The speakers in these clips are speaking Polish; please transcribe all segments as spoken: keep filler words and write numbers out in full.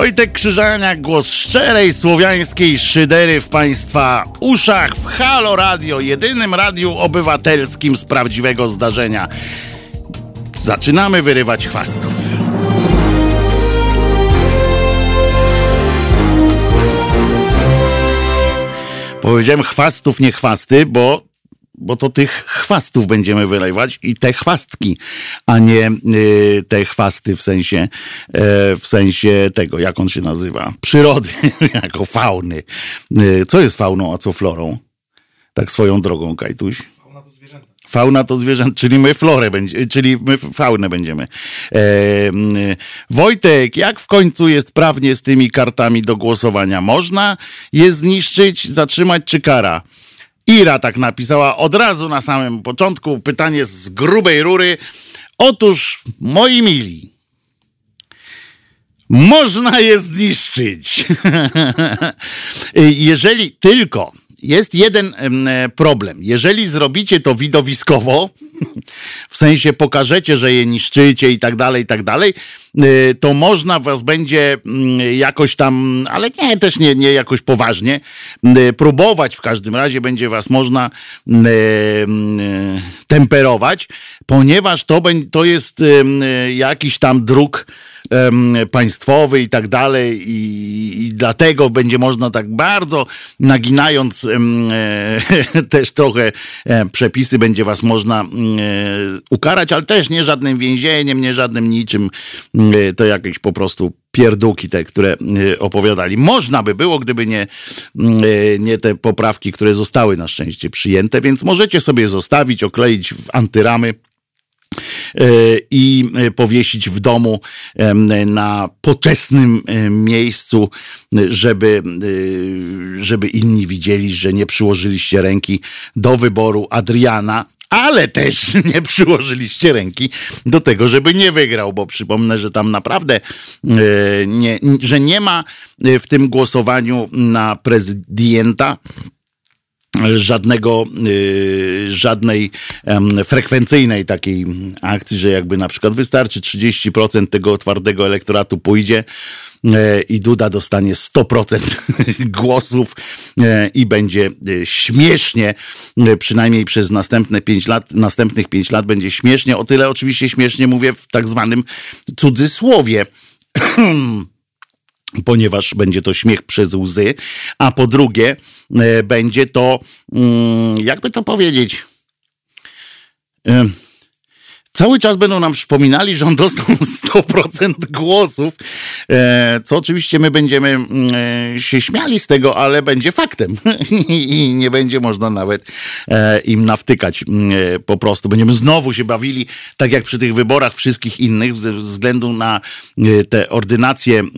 Wojtek Krzyżaniak, głos szczerej słowiańskiej szydery w Państwa uszach w Halo Radio, jedynym radiu obywatelskim z prawdziwego zdarzenia. Zaczynamy wyrywać chwastów. Powiedziałem chwastów, nie chwasty, bo bo to tych chwastów będziemy wylewać i te chwastki, a nie y, te chwasty w sensie y, w sensie tego, jak on się nazywa, przyrody, jako fauny. Y, co jest fauną, a co florą? Tak swoją drogą, Kajtuś. Fauna to zwierzęta. Fauna to zwierzęta, czyli my florę będzie, czyli my faunę będziemy. E, y, Wojtek, jak w końcu jest prawnie z tymi kartami do głosowania? Można je zniszczyć, zatrzymać czy kara? Ira tak napisała od razu na samym początku. Pytanie z grubej rury. Otóż, moi mili, można je zniszczyć. Jeżeli tylko jest jeden problem. Jeżeli zrobicie to widowiskowo, w sensie pokażecie, że je niszczycie i tak dalej, i tak dalej, to można was będzie jakoś tam, ale nie, też nie, nie jakoś poważnie, próbować w każdym razie będzie was można temperować, ponieważ to, to jest jakiś tam dróg państwowy i tak dalej i, i dlatego będzie można tak bardzo naginając e, też trochę e, przepisy będzie was można e, ukarać, ale też nie żadnym więzieniem, nie żadnym niczym, e, to jakieś po prostu pierdółki te, które e, opowiadali. Można by było, gdyby nie, e, nie te poprawki, które zostały na szczęście przyjęte, więc możecie sobie zostawić, okleić w antyramy i powiesić w domu na poczesnym miejscu, żeby, żeby inni widzieli, że nie przyłożyliście ręki do wyboru Adriana, ale też nie przyłożyliście ręki do tego, żeby nie wygrał, bo przypomnę, że tam naprawdę nie, że nie ma w tym głosowaniu na prezydenta żadnego, y, żadnej um, frekwencyjnej takiej akcji, że jakby na przykład wystarczy trzydzieści procent tego twardego elektoratu pójdzie y, i Duda dostanie sto procent głosów y, i będzie y, śmiesznie, y, przynajmniej przez następne pięć lat, następnych pięć lat będzie śmiesznie, o tyle oczywiście śmiesznie mówię w tak zwanym cudzysłowie, ponieważ będzie to śmiech przez łzy, a po drugie e, będzie to, mm, jakby to powiedzieć, e, cały czas będą nam przypominali, że on dostał sto procent głosów, e, co oczywiście my będziemy e, się śmiali z tego, ale będzie faktem i nie będzie można nawet e, im nawtykać e, po prostu. Będziemy znowu się bawili, tak jak przy tych wyborach wszystkich innych, ze względu na e, te ordynacje e,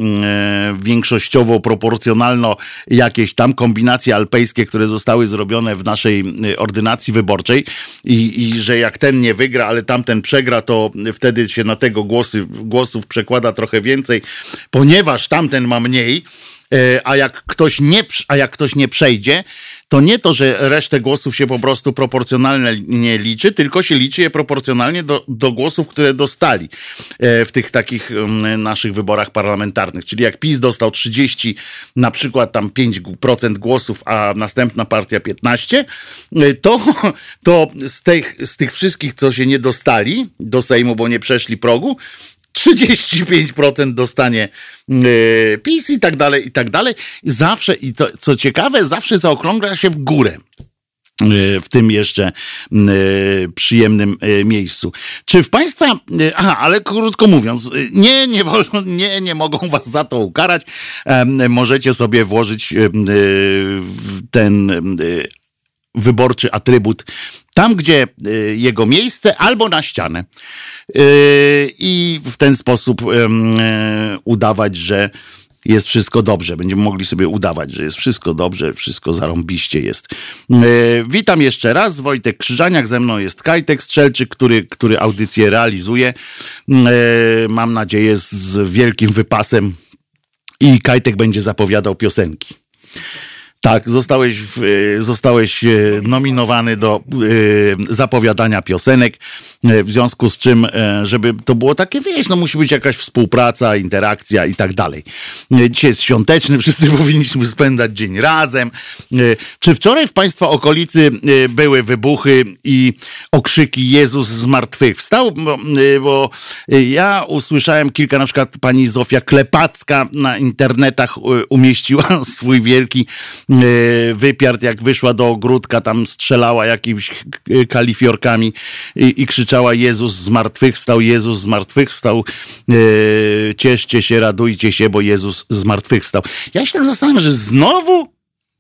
większościowo-proporcjonalno jakieś tam kombinacje alpejskie, które zostały zrobione w naszej ordynacji wyborczej i, i że jak ten nie wygra, ale tamten przegra, to wtedy się na tego głosy, głosów przekłada trochę więcej, ponieważ tamten ma mniej, a jak ktoś nie, a jak ktoś nie przejdzie, to nie to, że resztę głosów się po prostu proporcjonalnie liczy, tylko się liczy je proporcjonalnie do, do głosów, które dostali w tych takich naszych wyborach parlamentarnych. Czyli jak PiS dostał trzydzieści, na przykład tam pięć procent głosów, a następna partia piętnaście, to, to z, tych, z tych wszystkich, co się nie dostali do Sejmu, bo nie przeszli progu, trzydzieści pięć procent dostanie yy, PiS i tak dalej, i tak dalej. Zawsze, i to co ciekawe, zawsze zaokrągla się w górę. W tym jeszcze y, przyjemnym y, miejscu. Czy w Państwa... Y, aha, ale krótko mówiąc, y, nie, nie wolno, nie, nie mogą was za to ukarać. Y, możecie sobie włożyć y, y, ten... Y, wyborczy atrybut tam, gdzie y, jego miejsce, albo na ścianę. Y, I w ten sposób y, y, udawać, że jest wszystko dobrze. Będziemy mogli sobie udawać, że jest wszystko dobrze, wszystko zarąbiście jest. Y, witam jeszcze raz, Wojtek Krzyżaniak, ze mną jest Kajtek Strzelczyk, który, który audycję realizuje. Y, mam nadzieję z wielkim wypasem i Kajtek będzie zapowiadał piosenki. Tak, zostałeś, zostałeś nominowany do zapowiadania piosenek, w związku z czym, żeby to było takie, wiesz, no musi być jakaś współpraca, interakcja i tak dalej. Dzisiaj jest świąteczny, wszyscy powinniśmy spędzać dzień razem. Czy wczoraj w Państwa okolicy były wybuchy i okrzyki Jezus zmartwychwstał? Bo, bo ja usłyszałem kilka, na przykład pani Zofia Klepacka na internetach umieściła swój wielki wypiart, jak wyszła do ogródka, tam strzelała jakimiś kalifiorkami i, i krzyczała: Jezus zmartwychwstał, Jezus zmartwychwstał, yy, cieszcie się, radujcie się, bo Jezus zmartwychwstał. Ja się tak zastanawiam, że znowu,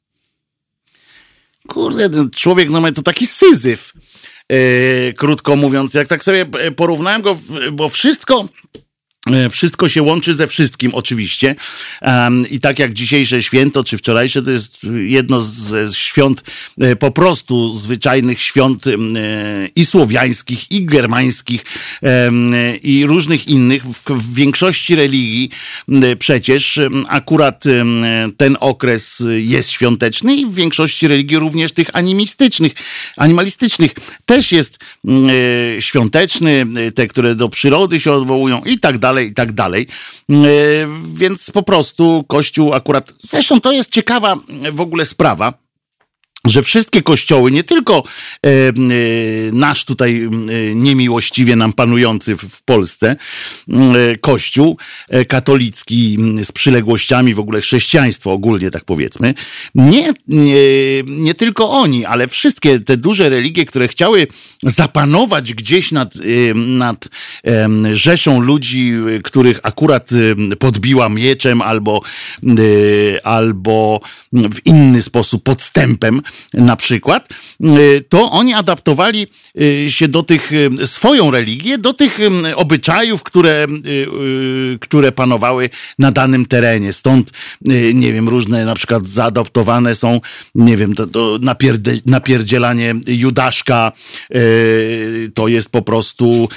kurde, ten człowiek, no to taki Syzyf, yy, krótko mówiąc, jak tak sobie porównałem go, bo wszystko Wszystko się łączy ze wszystkim, oczywiście. Um, I tak jak dzisiejsze święto, czy wczorajsze, to jest jedno z, z świąt, e, po prostu zwyczajnych świąt e, i słowiańskich, i germańskich, e, i różnych innych. W, w większości religii e, przecież e, akurat e, ten okres jest świąteczny i w większości religii również tych animistycznych, animalistycznych też jest e, świąteczny, te, które do przyrody się odwołują i tak dalej. I tak dalej. Więc po prostu Kościół akurat, zresztą to jest ciekawa w ogóle sprawa, że wszystkie kościoły, nie tylko e, e, nasz tutaj e, niemiłościwie nam panujący w, w Polsce e, kościół e, katolicki z przyległościami, w ogóle chrześcijaństwo ogólnie, tak powiedzmy, nie, nie, nie tylko oni, ale wszystkie te duże religie, które chciały zapanować gdzieś nad, e, nad e, rzeszą ludzi, których akurat e, podbiła mieczem albo, e, albo w inny sposób podstępem, na przykład, to oni adaptowali się do tych, swoją religię, do tych obyczajów, które, które panowały na danym terenie. Stąd, nie wiem, różne na przykład zaadoptowane są, nie wiem, to, to napierde, napierdzielanie Judaszka, to jest po prostu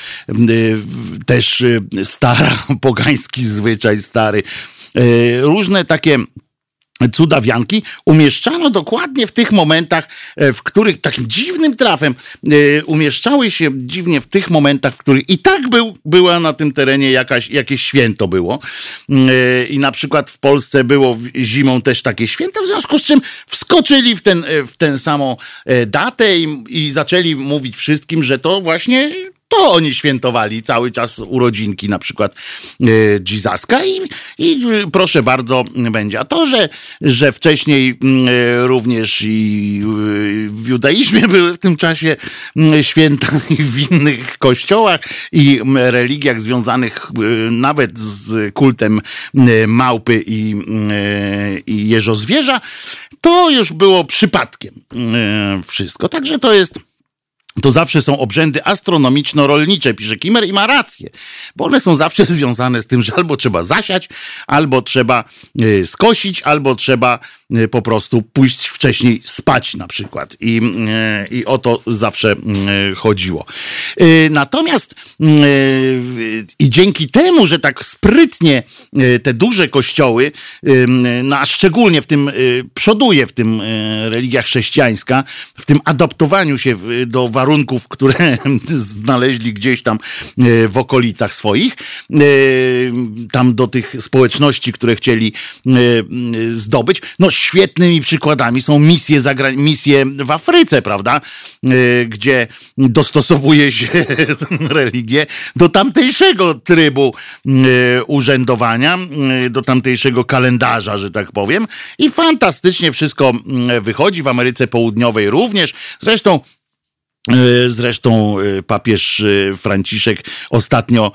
też stara, pogański zwyczaj stary. Różne takie cudawianki umieszczano dokładnie w tych momentach, w których takim dziwnym trafem umieszczały się dziwnie w tych momentach, w których i tak był, była na tym terenie jakaś, jakieś święto było. I na przykład w Polsce było zimą też takie święto, w związku z czym wskoczyli w ten, w tę samą datę i, i zaczęli mówić wszystkim, że to właśnie to oni świętowali cały czas urodzinki, na przykład e, Jezuska i, i proszę bardzo, będzie. A to, że, że wcześniej e, również i e, w judaizmie były w tym czasie e, święta i w innych kościołach i e, religiach związanych e, nawet z kultem e, małpy i, e, i jeżozwierza, to już było przypadkiem e, wszystko. Także to jest To zawsze są obrzędy astronomiczno-rolnicze, pisze Kimmer i ma rację, bo one są zawsze związane z tym, że albo trzeba zasiać, albo trzeba y, skosić, albo trzeba y, po prostu pójść wcześniej spać na przykład. I, y, i o to zawsze y, chodziło. Y, natomiast y, i dzięki temu, że tak sprytnie y, te duże kościoły, y, no, a szczególnie w tym y, przoduje w tym y, religia chrześcijańska, w tym adaptowaniu się do warunków, które znaleźli gdzieś tam w okolicach swoich, tam do tych społeczności, które chcieli zdobyć. No świetnymi przykładami są misje, zagra- misje w Afryce, prawda? Gdzie dostosowuje się religię do tamtejszego trybu urzędowania, do tamtejszego kalendarza, że tak powiem. I fantastycznie wszystko wychodzi. W Ameryce Południowej również. Zresztą Zresztą papież Franciszek ostatnio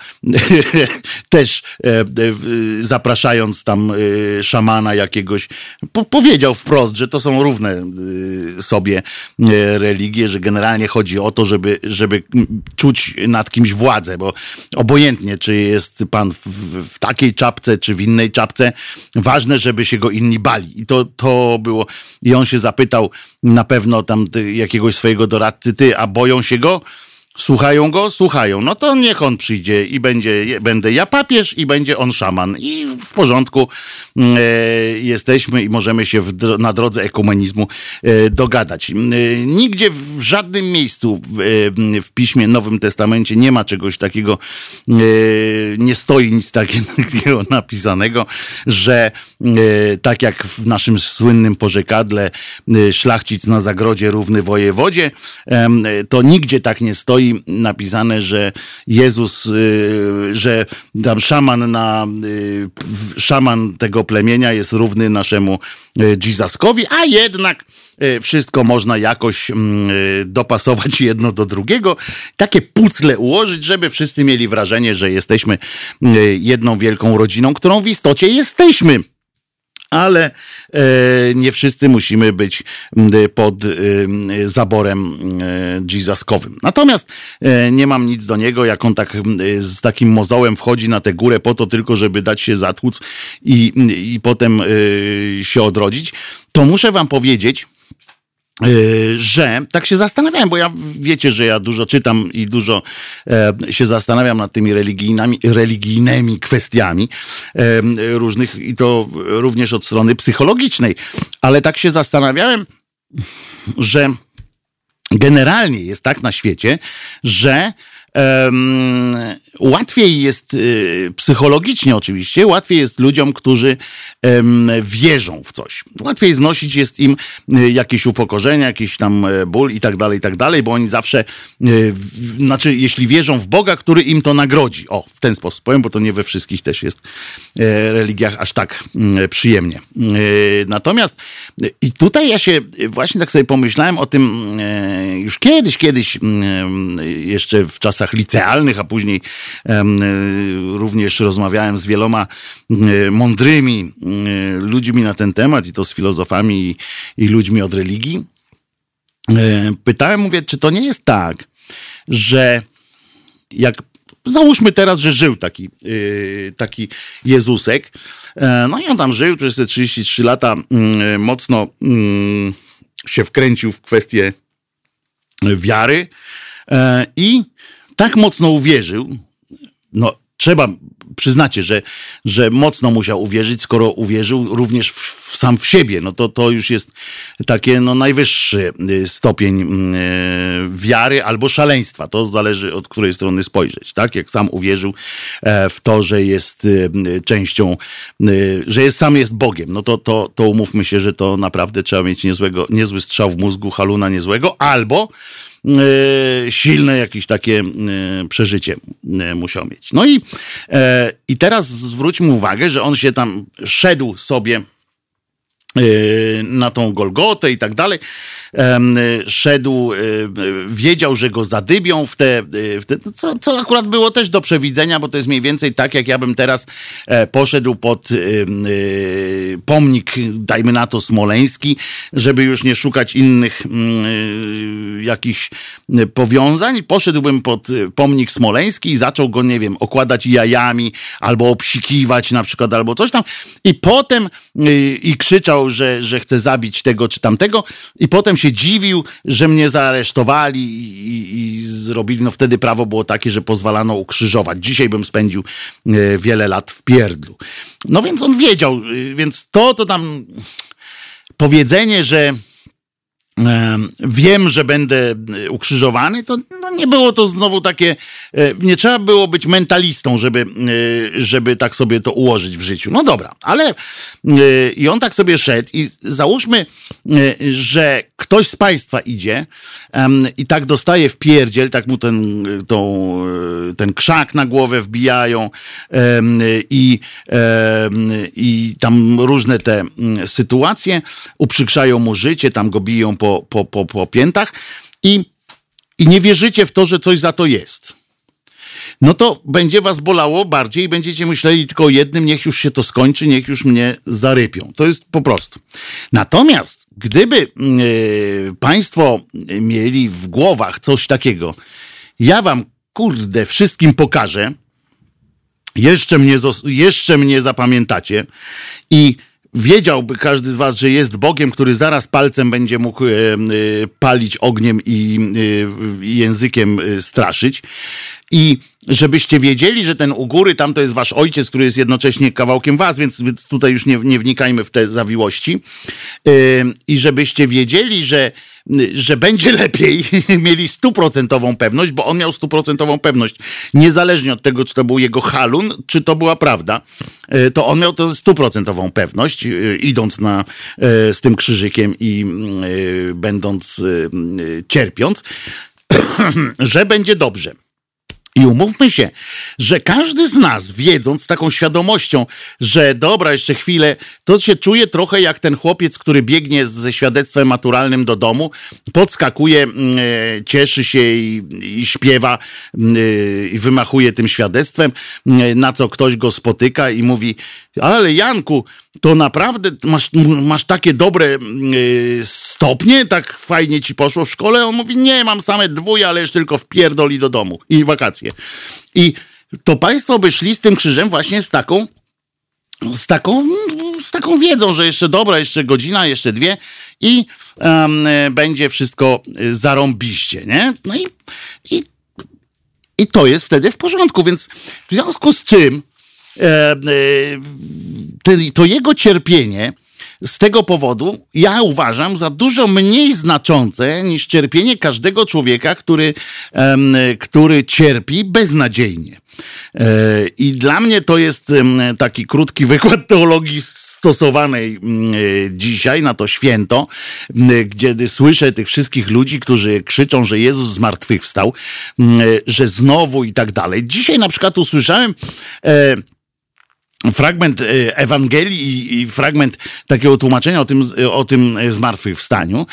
też zapraszając tam szamana jakiegoś, powiedział wprost, że to są równe sobie religie, że generalnie chodzi o to, żeby, żeby czuć nad kimś władzę, bo obojętnie, czy jest pan w, w takiej czapce, czy w innej czapce, ważne, żeby się go inni bali. I to, to było, i on się zapytał na pewno tam jakiegoś swojego doradcy, ty, a boją się go? Słuchają go? Słuchają. No to niech on przyjdzie i będzie, będę ja papież i będzie on szaman. I w porządku e, jesteśmy i możemy się w, na drodze ekumenizmu e, dogadać. E, nigdzie w żadnym miejscu w, e, w Piśmie Nowym Testamencie nie ma czegoś takiego, e, nie stoi nic takiego napisanego, że e, tak jak w naszym słynnym porzekadle e, szlachcic na zagrodzie równy wojewodzie, e, to nigdzie tak nie stoi napisane, że Jezus, że tam szaman na szaman tego plemienia jest równy naszemu Jezuskowi, a jednak wszystko można jakoś dopasować jedno do drugiego, takie pucle ułożyć, żeby wszyscy mieli wrażenie, że jesteśmy jedną wielką rodziną, którą w istocie jesteśmy. Ale e, nie wszyscy musimy być pod e, zaborem e, Jezuskowym. Natomiast e, nie mam nic do niego, jak on tak e, z takim mozołem wchodzi na tę górę po to tylko, żeby dać się zatłuc i, i potem e, się odrodzić, to muszę wam powiedzieć, że tak się zastanawiałem, bo ja wiecie, że ja dużo czytam i dużo e, się zastanawiam nad tymi religijnymi, religijnymi kwestiami e, różnych i to również od strony psychologicznej, ale tak się zastanawiałem, że generalnie jest tak na świecie, że Um, łatwiej jest y, psychologicznie oczywiście, łatwiej jest ludziom, którzy um, wierzą w coś. Łatwiej znosić jest im y, jakieś upokorzenia, jakiś tam y, ból i tak dalej, i tak dalej, bo oni zawsze, y, w, znaczy jeśli wierzą w Boga, który im to nagrodzi. O, w ten sposób powiem, bo to nie we wszystkich też jest y, religiach aż tak y, przyjemnie. Y, natomiast y, i tutaj ja się właśnie tak sobie pomyślałem o tym y, już kiedyś, kiedyś y, jeszcze w czasach licealnych, a później um, również rozmawiałem z wieloma um, mądrymi um, ludźmi na ten temat i to z filozofami i, i ludźmi od religii. Um, pytałem, mówię, czy to nie jest tak, że jak załóżmy teraz, że żył taki, yy, taki Jezusek, yy, no i on tam żył przez te trzydzieści trzy lata, yy, mocno yy, się wkręcił w kwestię wiary yy, i tak mocno uwierzył, no trzeba, przyznacie, że, że mocno musiał uwierzyć, skoro uwierzył również w, w sam w siebie, no to, to już jest takie no, najwyższy stopień yy, wiary albo szaleństwa, to zależy od której strony spojrzeć, tak? Jak sam uwierzył e, w to, że jest yy, częścią, yy, że jest, sam jest Bogiem, no to, to, to umówmy się, że to naprawdę trzeba mieć niezłego, niezły strzał w mózgu, haluna niezłego, albo Yy, silne jakieś takie yy, przeżycie yy, musiał mieć. No i, yy, i teraz zwróćmy uwagę, że on się tam szedł sobie yy, na tą Golgotę i tak dalej. Yy, szedł, yy, wiedział, że go zadybią w te, yy, w te co, co akurat było też do przewidzenia, bo to jest mniej więcej tak, jak ja bym teraz yy, poszedł pod yy, yy, pomnik, dajmy na to smoleński, żeby już nie szukać innych yy, jakichś powiązań. Poszedłbym pod pomnik smoleński i zaczął go, nie wiem, okładać jajami, albo obsikiwać na przykład, albo coś tam. I potem yy, i krzyczał, że, że chce zabić tego czy tamtego. I potem się dziwił, że mnie zaaresztowali i, i, i zrobili, no wtedy prawo było takie, że pozwalano ukrzyżować. Dzisiaj bym spędził yy, wiele lat w pierdlu. No więc on wiedział, yy, więc to, to tam powiedzenie, że wiem, że będę ukrzyżowany, to no nie było to znowu takie, nie trzeba było być mentalistą, żeby, żeby tak sobie to ułożyć w życiu. No dobra, ale i on tak sobie szedł i załóżmy, że ktoś z państwa idzie i tak dostaje w pierdziel, tak mu ten, tą, ten krzak na głowę wbijają i, i tam różne te sytuacje uprzykrzają mu życie, tam go biją po Po, po, po, po piętach i, i nie wierzycie w to, że coś za to jest. No to będzie was bolało bardziej i będziecie myśleli tylko o jednym, niech już się to skończy, niech już mnie zarypią. To jest po prostu. Natomiast gdyby yy, państwo mieli w głowach coś takiego, ja wam, kurde, wszystkim pokażę, jeszcze mnie, jeszcze mnie zapamiętacie i wiedziałby każdy z was, że jest Bogiem, który zaraz palcem będzie mógł e, e, palić ogniem i e, językiem e, straszyć. I żebyście wiedzieli, że ten u góry tam to jest wasz ojciec, który jest jednocześnie kawałkiem was, więc, więc tutaj już nie, nie wnikajmy w te zawiłości. Yy, I żebyście wiedzieli, że, że będzie lepiej, mieli stuprocentową pewność, bo on miał stuprocentową pewność, niezależnie od tego, czy to był jego halun, czy to była prawda, yy, to on miał tę stuprocentową pewność, yy, idąc na, yy, z tym krzyżykiem i yy, będąc, yy, cierpiąc, że będzie dobrze. I umówmy się, że każdy z nas, wiedząc taką świadomością, że dobra, jeszcze chwilę, to się czuje trochę jak ten chłopiec, który biegnie ze świadectwem maturalnym do domu, podskakuje, e, cieszy się i, i śpiewa e, i wymachuje tym świadectwem, e, na co ktoś go spotyka i mówi: ale Janku, to naprawdę masz, masz takie dobre e, stopnie, tak fajnie ci poszło w szkole? On mówi: nie, mam same dwóje, ale już tylko wpierdoli do domu i wakacje. I to państwo by szli z tym krzyżem właśnie z taką, z taką, z taką wiedzą, że jeszcze dobra, jeszcze godzina, jeszcze dwie i um, będzie wszystko zarąbiście, nie? No i, i, i to jest wtedy w porządku, więc w związku z czym e, e, ten, to jego cierpienie z tego powodu ja uważam za dużo mniej znaczące niż cierpienie każdego człowieka, który, um, który cierpi beznadziejnie. E, I dla mnie to jest um, taki krótki wykład teologii stosowanej um, dzisiaj na to święto, um, gdzie słyszę tych wszystkich ludzi, którzy krzyczą, że Jezus zmartwychwstał, um, że znowu i tak dalej. Dzisiaj na przykład usłyszałem e, fragment Ewangelii i, i fragment takiego tłumaczenia o tym, o tym zmartwychwstaniu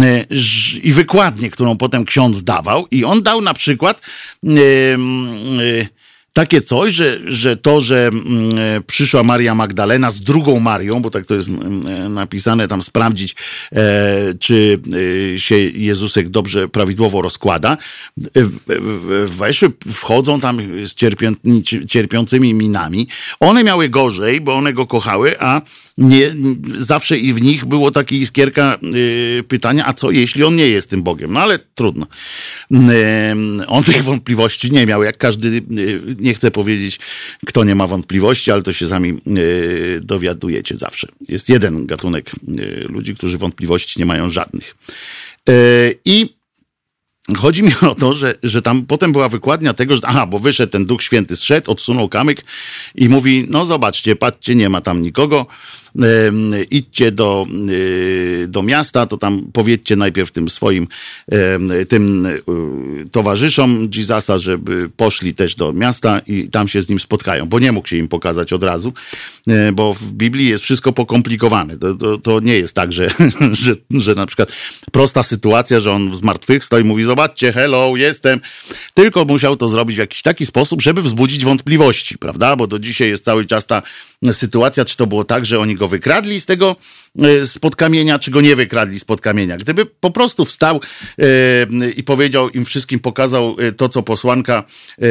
i wykładnię, którą potem ksiądz dawał, i on dał na przykład e, e, takie coś, że, że to, że e, przyszła Maria Magdalena z drugą Marią, bo tak to jest e, napisane tam, sprawdzić, e, czy e, się Jezusek dobrze, prawidłowo rozkłada, e, e, weszły, wchodzą tam z cierpią, cierpiącymi minami. One miały gorzej, bo one go kochały, a nie, zawsze i w nich było takie iskierka y, pytania, a co jeśli on nie jest tym Bogiem? No ale trudno. Y, on tych wątpliwości nie miał, jak każdy, y, nie chcę powiedzieć, kto nie ma wątpliwości, ale to się sami y, dowiadujecie zawsze. Jest jeden gatunek y, ludzi, którzy wątpliwości nie mają żadnych. Y, I chodzi mi o to, że, że tam potem była wykładnia tego, że aha, bo wyszedł ten Duch Święty, zszedł, odsunął kamyk i mówi: no zobaczcie, patrzcie, nie ma tam nikogo, e, idźcie do, e, do miasta, to tam powiedzcie najpierw tym swoim e, tym e, towarzyszom Jezusa, żeby poszli też do miasta i tam się z nim spotkają, bo nie mógł się im pokazać od razu, e, bo w Biblii jest wszystko pokomplikowane. To, to, to nie jest tak, że, że, że na przykład prosta sytuacja, że on zmartwychwstał i mówi: zobaczcie, hello, jestem. Tylko musiał to zrobić w jakiś taki sposób, żeby wzbudzić wątpliwości, prawda? Bo do dzisiaj jest cały czas ta sytuacja, czy to było tak, że oni go wykradli z tego, spod kamienia, czy go nie wykradli spod kamienia. Gdyby po prostu wstał yy, i powiedział im wszystkim, pokazał to, co posłanka yy,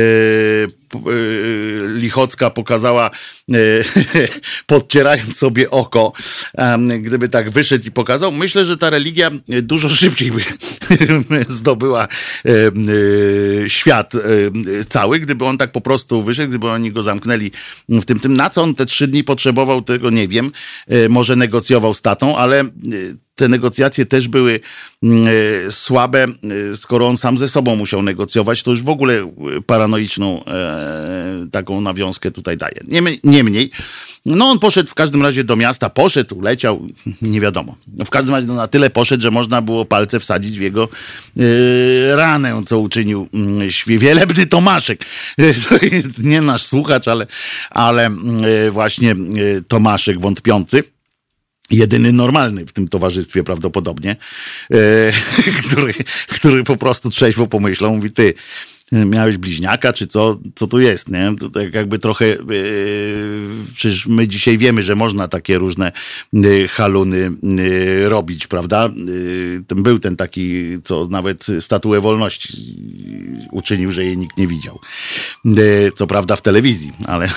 yy, Lichocka pokazała, yy, podcierając sobie oko, yy, gdyby tak wyszedł i pokazał, myślę, że ta religia dużo szybciej by zdobyła yy, yy, świat yy, cały, gdyby on tak po prostu wyszedł, gdyby oni go zamknęli w tym, tym na co on te trzy dni potrzebował, tego nie wiem, yy, może negocjował z tatą, ale te negocjacje też były słabe, skoro on sam ze sobą musiał negocjować, to już w ogóle paranoiczną taką nawiązkę tutaj daje. Niemniej, no on poszedł w każdym razie do miasta, poszedł, leciał, nie wiadomo. No w każdym razie no na tyle poszedł, że można było palce wsadzić w jego ranę, co uczynił wielebny Tomaszek. To nie nasz słuchacz, ale, ale właśnie Tomaszek wątpiący. Jedyny normalny w tym towarzystwie prawdopodobnie, e, który, który po prostu trzeźwo pomyślał, mówi: ty, miałeś bliźniaka, czy co, co tu jest, nie? To tak jakby trochę, yy, przecież my dzisiaj wiemy, że można takie różne yy, haluny yy, robić, prawda? Yy, ten był ten taki, co nawet statuę wolności uczynił, że jej nikt nie widział. Yy, co prawda w telewizji, ale,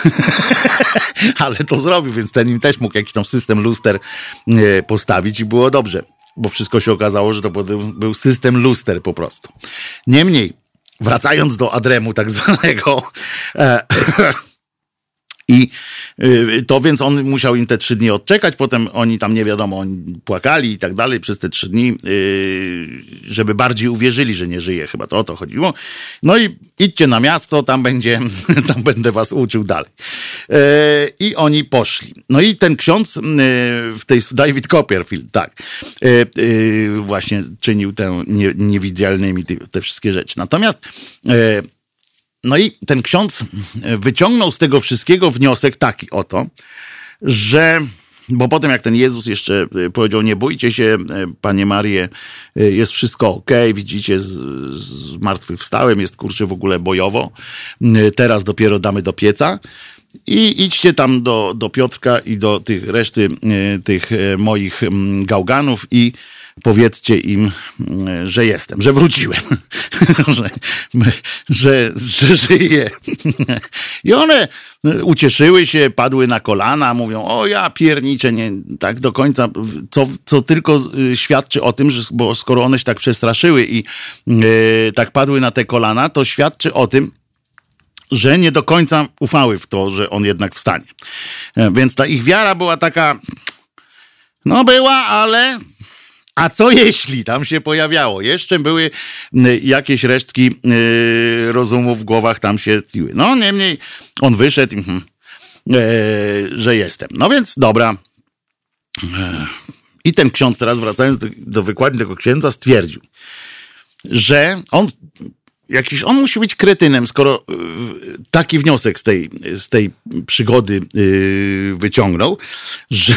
ale to zrobił, więc ten im też mógł jakiś tam system luster yy, postawić i było dobrze, bo wszystko się okazało, że to był, był system luster po prostu. Niemniej, wracając do Adremu tak zwanego, e, i y, to więc on musiał im te trzy dni odczekać, potem oni tam nie wiadomo, oni płakali i tak dalej przez te trzy dni, y, żeby bardziej uwierzyli, że nie żyje, chyba to o to chodziło. No i idźcie na miasto, tam będzie, tam będę was uczył dalej. Y, I oni poszli. No i ten ksiądz, y, w tej David Copperfield, tak, y, y, właśnie czynił tę nie, niewidzialnymi te, te wszystkie rzeczy. Natomiast y, no i ten ksiądz wyciągnął z tego wszystkiego wniosek taki oto, że, bo potem jak ten Jezus jeszcze powiedział, nie bójcie się, Panie Marię, jest wszystko okej, widzicie, z, z martwych wstałem, jest kurczę w ogóle bojowo, teraz dopiero damy do pieca i idźcie tam do, do Piotrka i do tych reszty tych moich gałganów i powiedzcie im, że jestem, że wróciłem, że, że, że żyję. I one ucieszyły się, padły na kolana, mówią, o ja pierniczę, nie tak do końca, co, co tylko świadczy o tym, że, bo skoro one się tak przestraszyły i yy, tak padły na te kolana, to świadczy o tym, że nie do końca ufały w to, że on jednak wstanie. Więc ta ich wiara była taka, no była, ale... A co jeśli tam się pojawiało? Jeszcze były jakieś resztki yy, rozumu w głowach tam się tliły. No niemniej on wyszedł, yy, że jestem. No więc dobra. Yy. I ten ksiądz teraz, wracając do, do wykładni tego księdza, stwierdził, że on jakiś, on musi być kretynem, skoro yy, taki wniosek z tej, z tej przygody yy, wyciągnął, że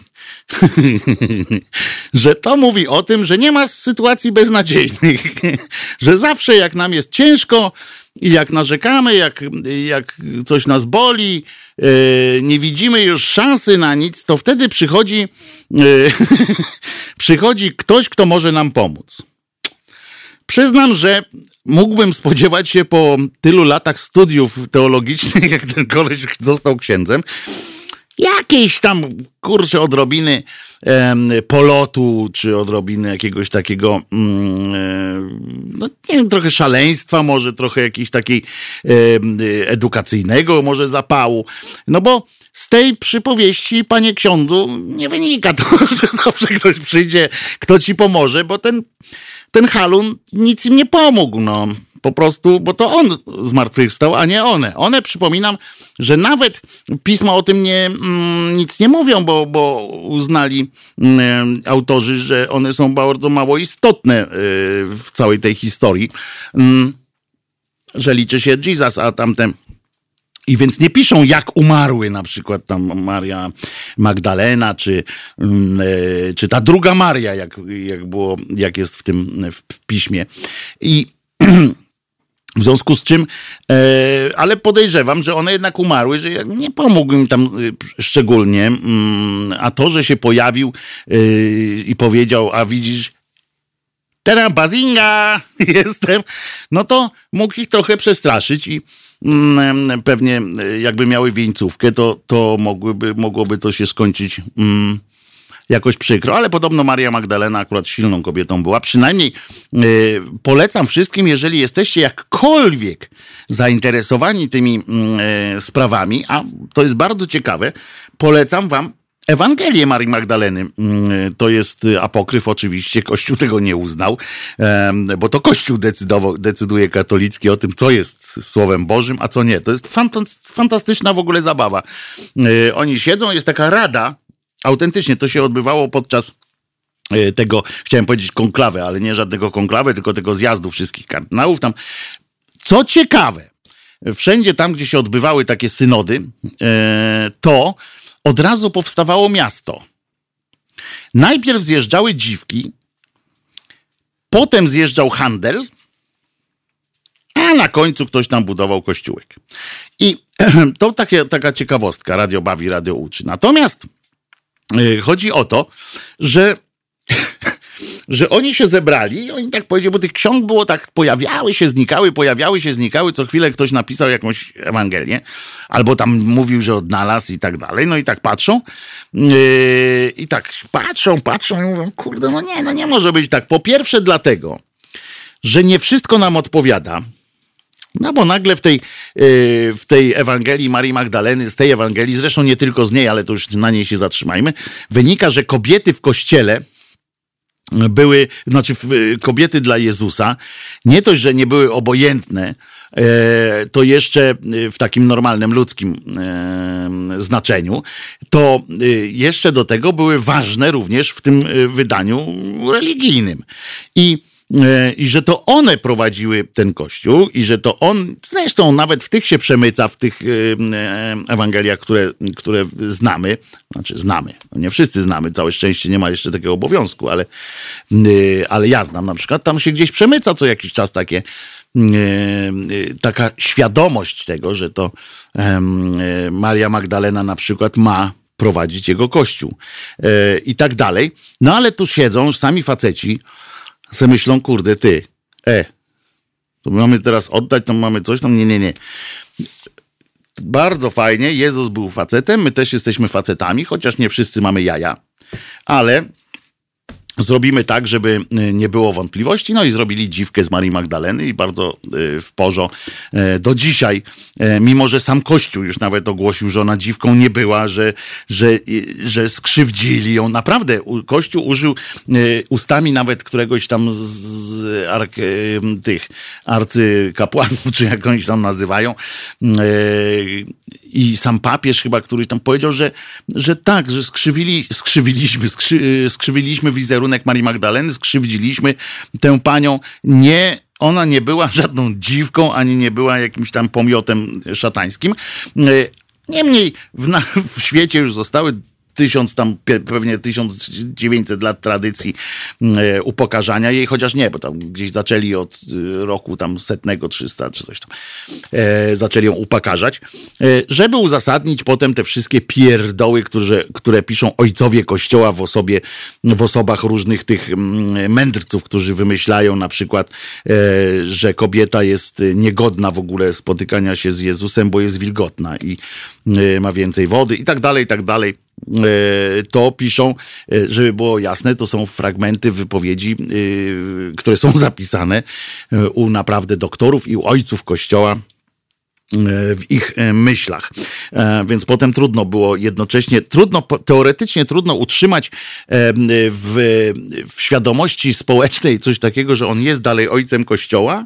że to mówi o tym, że nie ma sytuacji beznadziejnych, że zawsze jak nam jest ciężko i jak narzekamy, jak, jak coś nas boli, yy, nie widzimy już szansy na nic, to wtedy przychodzi yy, przychodzi ktoś, kto może nam pomóc. Przyznam, że mógłbym spodziewać się po tylu latach studiów teologicznych, jak ten koleś został księdzem, jakiejś tam, kurczę, odrobiny em, polotu, czy odrobiny jakiegoś takiego, mm, e, no nie wiem, trochę szaleństwa, może trochę jakiegoś takiej e, edukacyjnego może zapału. No bo z tej przypowieści, panie ksiądzu, nie wynika to, że zawsze ktoś przyjdzie, kto ci pomoże, bo ten, ten halun nic im nie pomógł, no. Po prostu, bo to on zmartwychwstał, a nie one. One, przypominam, że nawet pisma o tym nie, mm, nic nie mówią, bo, bo uznali mm, autorzy, że one są bardzo mało istotne y, w całej tej historii. Mm, że liczy się Jesus, a tamten... I więc nie piszą, jak umarły na przykład tam Maria Magdalena, czy, y, czy ta druga Maria, jak, jak było, jak jest w tym w, w piśmie. I w związku z czym, e, ale podejrzewam, że one jednak umarły, że nie pomógł im tam e, szczególnie, mm, a to, że się pojawił e, i powiedział, a widzisz, teraz bazinga, jestem, no to mógł ich trochę przestraszyć i mm, pewnie jakby miały wieńcówkę, to, to mogłyby, mogłoby to się skończyć mm, jakoś przykro, ale podobno Maria Magdalena akurat silną kobietą była. Przynajmniej yy, polecam wszystkim, jeżeli jesteście jakkolwiek zainteresowani tymi yy, sprawami, a to jest bardzo ciekawe, polecam wam Ewangelię Marii Magdaleny. Yy, to jest apokryf oczywiście, Kościół tego nie uznał, yy, bo to Kościół decydował, decyduje katolicki o tym, co jest Słowem Bożym, a co nie. To jest fant- fantastyczna w ogóle zabawa. Yy, oni siedzą, jest taka rada. Autentycznie to się odbywało podczas tego, chciałem powiedzieć konklawy, ale nie żadnego konklawy, tylko tego zjazdu wszystkich kardynałów tam. Co ciekawe, wszędzie tam, gdzie się odbywały takie synody, to od razu powstawało miasto. Najpierw zjeżdżały dziwki, potem zjeżdżał handel, a a na końcu ktoś tam budował kościółek. I to takie, taka ciekawostka, radio bawi, radio uczy. Natomiast yy, chodzi o to, że że oni się zebrali i oni tak powiedzieli, bo tych ksiąg było tak, pojawiały się, znikały, pojawiały się, znikały, co chwilę ktoś napisał jakąś Ewangelię, albo tam mówił, że odnalazł i tak dalej, no i tak patrzą yy, i tak patrzą, patrzą i mówią, kurde, no nie, no nie może być tak. Po pierwsze dlatego, że nie wszystko nam odpowiada, no bo nagle w tej, yy, w tej Ewangelii Marii Magdaleny, z tej Ewangelii, zresztą nie tylko z niej, ale to już na niej się zatrzymajmy, wynika, że kobiety w kościele były, znaczy kobiety dla Jezusa, nie dość, że nie były obojętne, to jeszcze w takim normalnym, ludzkim znaczeniu, to jeszcze do tego były ważne również w tym wydaniu religijnym. I I że to one prowadziły ten kościół i że to on, zresztą nawet w tych się przemyca, w tych Ewangeliach, które, które znamy, znaczy znamy, no nie wszyscy znamy, całe szczęście nie ma jeszcze takiego obowiązku, ale, ale ja znam na przykład, tam się gdzieś przemyca co jakiś czas takie, taka świadomość tego, że to Maria Magdalena na przykład ma prowadzić jego kościół i tak dalej. No ale tu siedzą sami faceci, se myślą, kurde, ty, e, to mamy teraz oddać, tam mamy coś, tam nie, nie, nie. Bardzo fajnie, Jezus był facetem, my też jesteśmy facetami, chociaż nie wszyscy mamy jaja, ale zrobimy tak, żeby nie było wątpliwości, no i zrobili dziwkę z Marii Magdaleny i bardzo w porzo do dzisiaj, mimo że sam Kościół już nawet ogłosił, że ona dziwką nie była, że, że, że skrzywdzili ją. Naprawdę Kościół użył ustami nawet któregoś tam z ark, tych arcykapłanów, czy jak oni się tam nazywają, i sam papież chyba, któryś tam powiedział, że, że tak, że skrzywili, skrzywiliśmy, skrzy, skrzywiliśmy wizerunek Marii Magdaleny, skrzywdziliśmy tę panią. Nie, ona nie była żadną dziwką, ani nie była jakimś tam pomiotem szatańskim. Niemniej w, na, w świecie już zostały tysiąc tam, pewnie tysiąc dziewięćset lat tradycji e, upokarzania jej, chociaż nie, bo tam gdzieś zaczęli od e, roku tam setnego, trzysta czy coś tam, e, zaczęli ją upokarzać, e, żeby uzasadnić potem te wszystkie pierdoły, które, które piszą ojcowie Kościoła w osobie, w osobach różnych tych m, mędrców, którzy wymyślają na przykład, e, że kobieta jest niegodna w ogóle spotykania się z Jezusem, bo jest wilgotna i e, ma więcej wody i tak dalej, i tak dalej. To piszą, żeby było jasne, to są fragmenty wypowiedzi, które są zapisane u naprawdę doktorów i u ojców Kościoła w ich myślach. Więc potem trudno było jednocześnie, trudno, teoretycznie trudno utrzymać w, w świadomości społecznej coś takiego, że on jest dalej ojcem Kościoła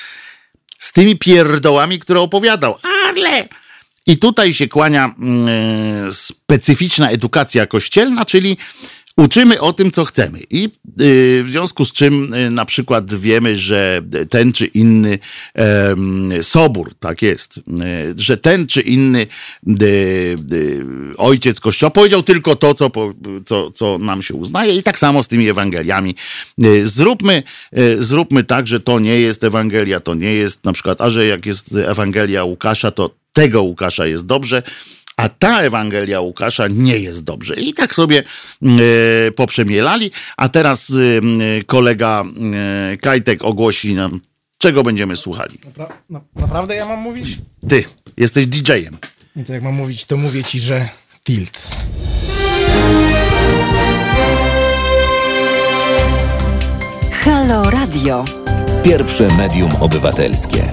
z tymi pierdołami, które opowiadał. Ale... I tutaj się kłania y, specyficzna edukacja kościelna, czyli uczymy o tym, co chcemy. I y, w związku z czym y, na przykład wiemy, że ten czy inny y, sobór, tak jest, y, że ten czy inny y, y, ojciec Kościoła powiedział tylko to, co, co, co nam się uznaje. I tak samo z tymi Ewangeliami. Y, zróbmy, y, zróbmy tak, że to nie jest Ewangelia, to nie jest na przykład, a że jak jest Ewangelia Łukasza, to tego Łukasza jest dobrze, a ta Ewangelia Łukasza nie jest dobrze. I tak sobie e, poprzemielali, a teraz e, kolega e, Kajtek ogłosi nam, czego będziemy słuchali. Napra- na- naprawdę ja mam mówić? Ty, jesteś didżejem. I to jak mam mówić, to mówię ci, że tilt. Halo Radio. Pierwsze medium obywatelskie.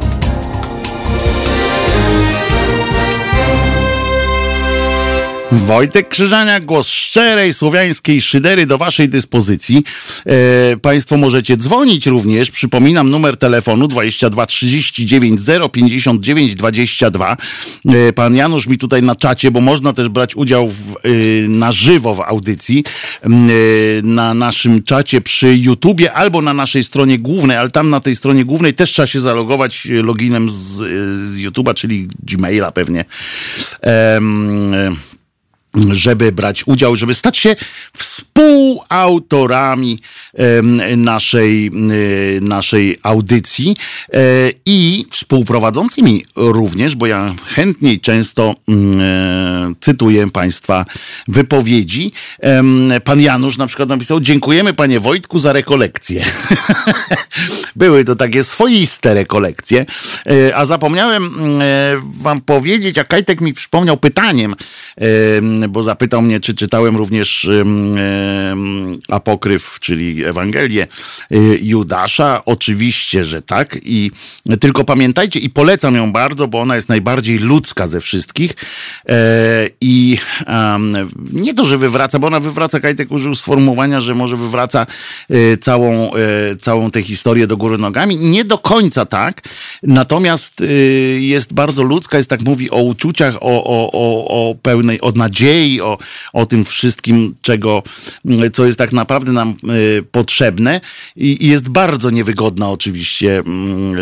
Wojtek Krzyżania, głos szczerej, słowiańskiej szydery do waszej dyspozycji. E, państwo możecie dzwonić również. Przypominam numer telefonu dwadzieścia dwa trzydzieści dziewięć zero pięćdziesiąt dziewięć dwadzieścia dwa. E, pan Janusz mi tutaj na czacie, bo można też brać udział w, e, na żywo w audycji, e, na naszym czacie przy YouTubie albo na naszej stronie głównej, ale tam na tej stronie głównej też trzeba się zalogować loginem z, z YouTuba, czyli Gmaila pewnie. E, żeby brać udział, żeby stać się współautorami naszej, naszej audycji i współprowadzącymi również, bo ja chętnie i często cytuję Państwa wypowiedzi. Pan Janusz na przykład napisał: dziękujemy panie Wojtku za rekolekcje. Były to takie swoiste rekolekcje, a zapomniałem wam powiedzieć, a Kajtek mi przypomniał pytaniem, bo zapytał mnie, czy czytałem również um, um, apokryf, czyli Ewangelię Judasza. Oczywiście, że tak. I tylko pamiętajcie, i polecam ją bardzo, bo ona jest najbardziej ludzka ze wszystkich. E, I um, nie to, że wywraca, bo ona wywraca, Kajtek użył sformułowania, że może wywraca e, całą, e, całą tę historię do góry nogami. Nie do końca tak. Natomiast e, jest bardzo ludzka, jest tak mówi o uczuciach, o, o, o, o pełnej, o nadziei, o, o tym wszystkim, czego, co jest tak naprawdę nam y, potrzebne i, i jest bardzo niewygodna oczywiście y,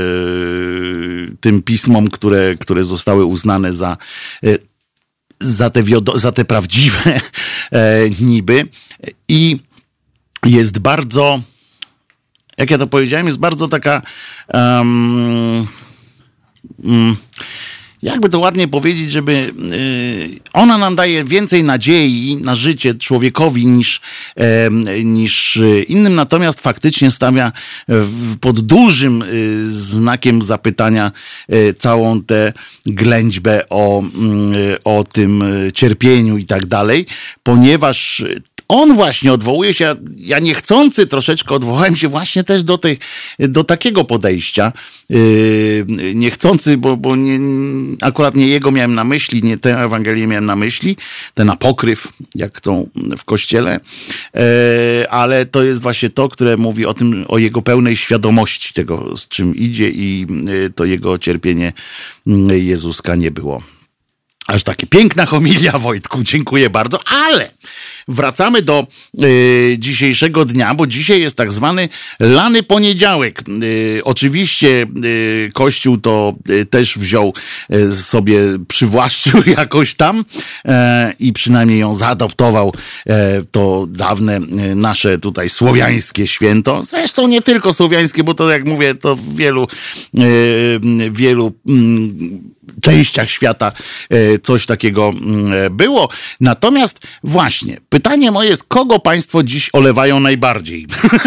tym pismom, które, które zostały uznane za, y, za, te wiodo, za te prawdziwe y, niby i jest bardzo, jak ja to powiedziałem, jest bardzo taka um, um, jakby to ładnie powiedzieć, żeby yy, ona nam daje więcej nadziei na życie człowiekowi niż, yy, niż innym, natomiast faktycznie stawia w, pod dużym yy, znakiem zapytania yy, całą tę ględźbę o, yy, o tym cierpieniu i tak dalej, ponieważ on właśnie odwołuje się, ja niechcący troszeczkę odwołałem się właśnie też do, tej, do takiego podejścia. Yy, niechcący, bo, bo nie, akurat nie jego miałem na myśli, nie tę Ewangelię miałem na myśli, ten apokryf, jak chcą w kościele, yy, ale to jest właśnie to, które mówi o tym, o jego pełnej świadomości tego, z czym idzie i yy, to jego cierpienie yy, Jezuska nie było aż takie. Piękna homilia, Wojtku, dziękuję bardzo, ale wracamy do y, dzisiejszego dnia, bo dzisiaj jest tak zwany lany poniedziałek. Y, oczywiście y, Kościół to y, też wziął y, sobie, przywłaszczył jakoś tam y, i przynajmniej ją zaadoptował y, to dawne y, nasze tutaj słowiańskie święto. Zresztą nie tylko słowiańskie, bo to jak mówię, to w wielu y, wielu y, częściach świata coś takiego było. Natomiast właśnie, pytanie moje jest, kogo państwo dziś olewają najbardziej?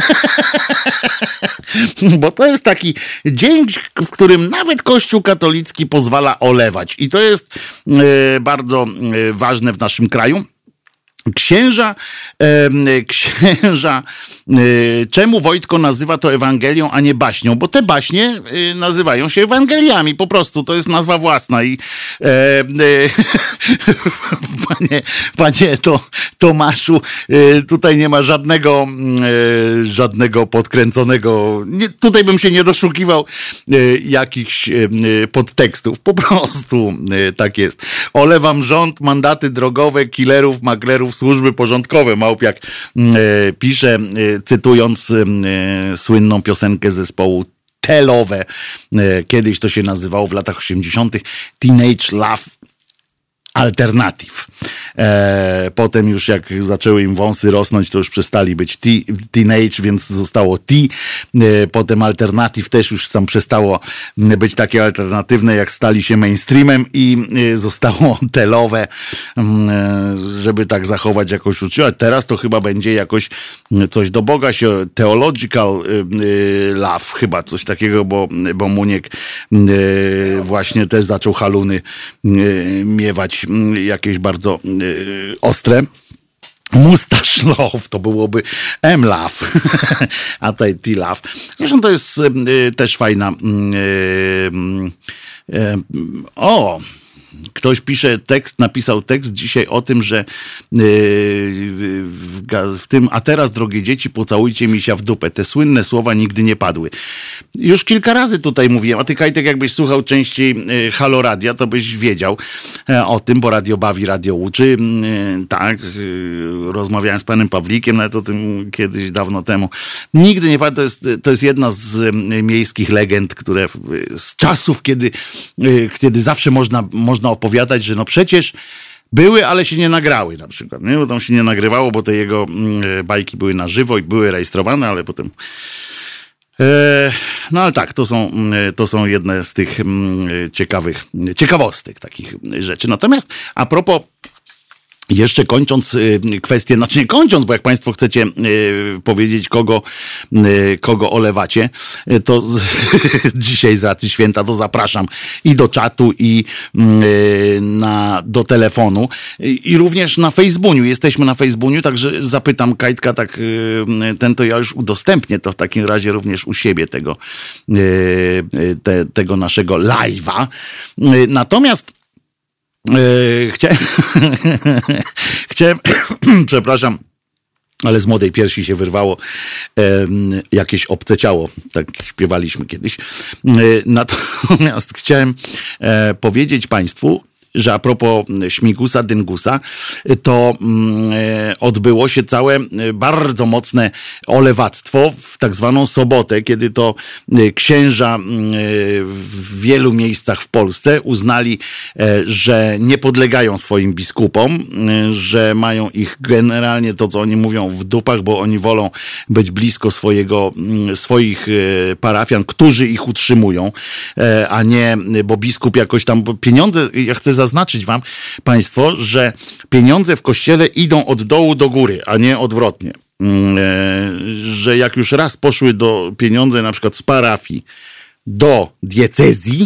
Bo to jest taki dzień, w którym nawet Kościół katolicki pozwala olewać. I to jest bardzo ważne w naszym kraju. Księża, e, księża, e, czemu Wojtko nazywa to Ewangelią, a nie baśnią? Bo te baśnie e, nazywają się Ewangeliami, po prostu, to jest nazwa własna i e, e, panie, panie to, Tomaszu, e, tutaj nie ma żadnego e, żadnego podkręconego, nie, tutaj bym się nie doszukiwał e, jakichś e, podtekstów, po prostu e, tak jest. Olewam rząd, mandaty drogowe, killerów, maklerów, służby porządkowe, Małpiak e, pisze, e, cytując e, słynną piosenkę zespołu Telowe. E, kiedyś to się nazywało w latach osiemdziesiątych Teenage Love Alternative. E, potem już jak zaczęły im wąsy rosnąć, to już przestali być t- teenage, więc zostało T. E, potem Alternative też już tam przestało być takie alternatywne, jak stali się mainstreamem i e, zostało telowe, e, żeby tak zachować jakoś uczucie. Teraz to chyba będzie jakoś coś do Boga się, theological e, e, love, chyba coś takiego, bo, bo Muniek e, właśnie też zaczął haluny e, miewać jakieś bardzo y, ostre. Mustache Love to byłoby M-Love, a tutaj T-Love. Zresztą to jest y, też fajna. Y, y, y, o! Ktoś pisze tekst, napisał tekst dzisiaj o tym, że yy, w, w tym, a teraz, drogie dzieci, pocałujcie misia w dupę. Te słynne słowa nigdy nie padły. Już kilka razy tutaj mówiłem, a ty, Kajtek, jakbyś słuchał częściej yy, Halo Radia, to byś wiedział yy, o tym, bo radio bawi, radio uczy. Yy, tak, yy, rozmawiałem z panem Pawlikiem nawet o tym kiedyś, dawno temu. Nigdy nie padły, to jest, to jest jedna z yy, miejskich legend, które yy, z czasów, kiedy, yy, kiedy zawsze można, można opowiadać, że no przecież Były, ale się nie nagrały na przykład, nie? Bo tam się nie nagrywało, bo te jego mm, bajki były na żywo i były rejestrowane, ale potem... E, no ale tak, to są, to są jedne z tych mm, ciekawych, ciekawostek takich rzeczy. Natomiast a propos... Jeszcze kończąc kwestię, znaczy nie kończąc, bo jak państwo chcecie powiedzieć, kogo, kogo olewacie, to z, dzisiaj z racji święta to zapraszam i do czatu, i na, do telefonu, i również na Facebooku. Jesteśmy na Facebooku, także zapytam Kajtka, tak ten to ja już udostępnię to w takim razie również u siebie tego, te, tego naszego live'a. Natomiast Yy, chciałem, chciałem przepraszam, ale z młodej piersi się wyrwało e, jakieś obce ciało, tak śpiewaliśmy kiedyś. E, natomiast chciałem e, powiedzieć państwu, że a propos Śmigusa, Dyngusa, to mm, odbyło się całe bardzo mocne olewactwo w tak zwaną sobotę, kiedy to księża w wielu miejscach w Polsce uznali, że nie podlegają swoim biskupom, że mają ich generalnie, to co oni mówią, w dupach, bo oni wolą być blisko swojego, swoich parafian, którzy ich utrzymują, a nie, bo biskup jakoś tam, bo pieniądze, ja chcę zaznaczyć wam, państwo, że pieniądze w kościele idą od dołu do góry, a nie odwrotnie. Że jak już raz poszły do pieniądze na przykład z parafii do diecezji,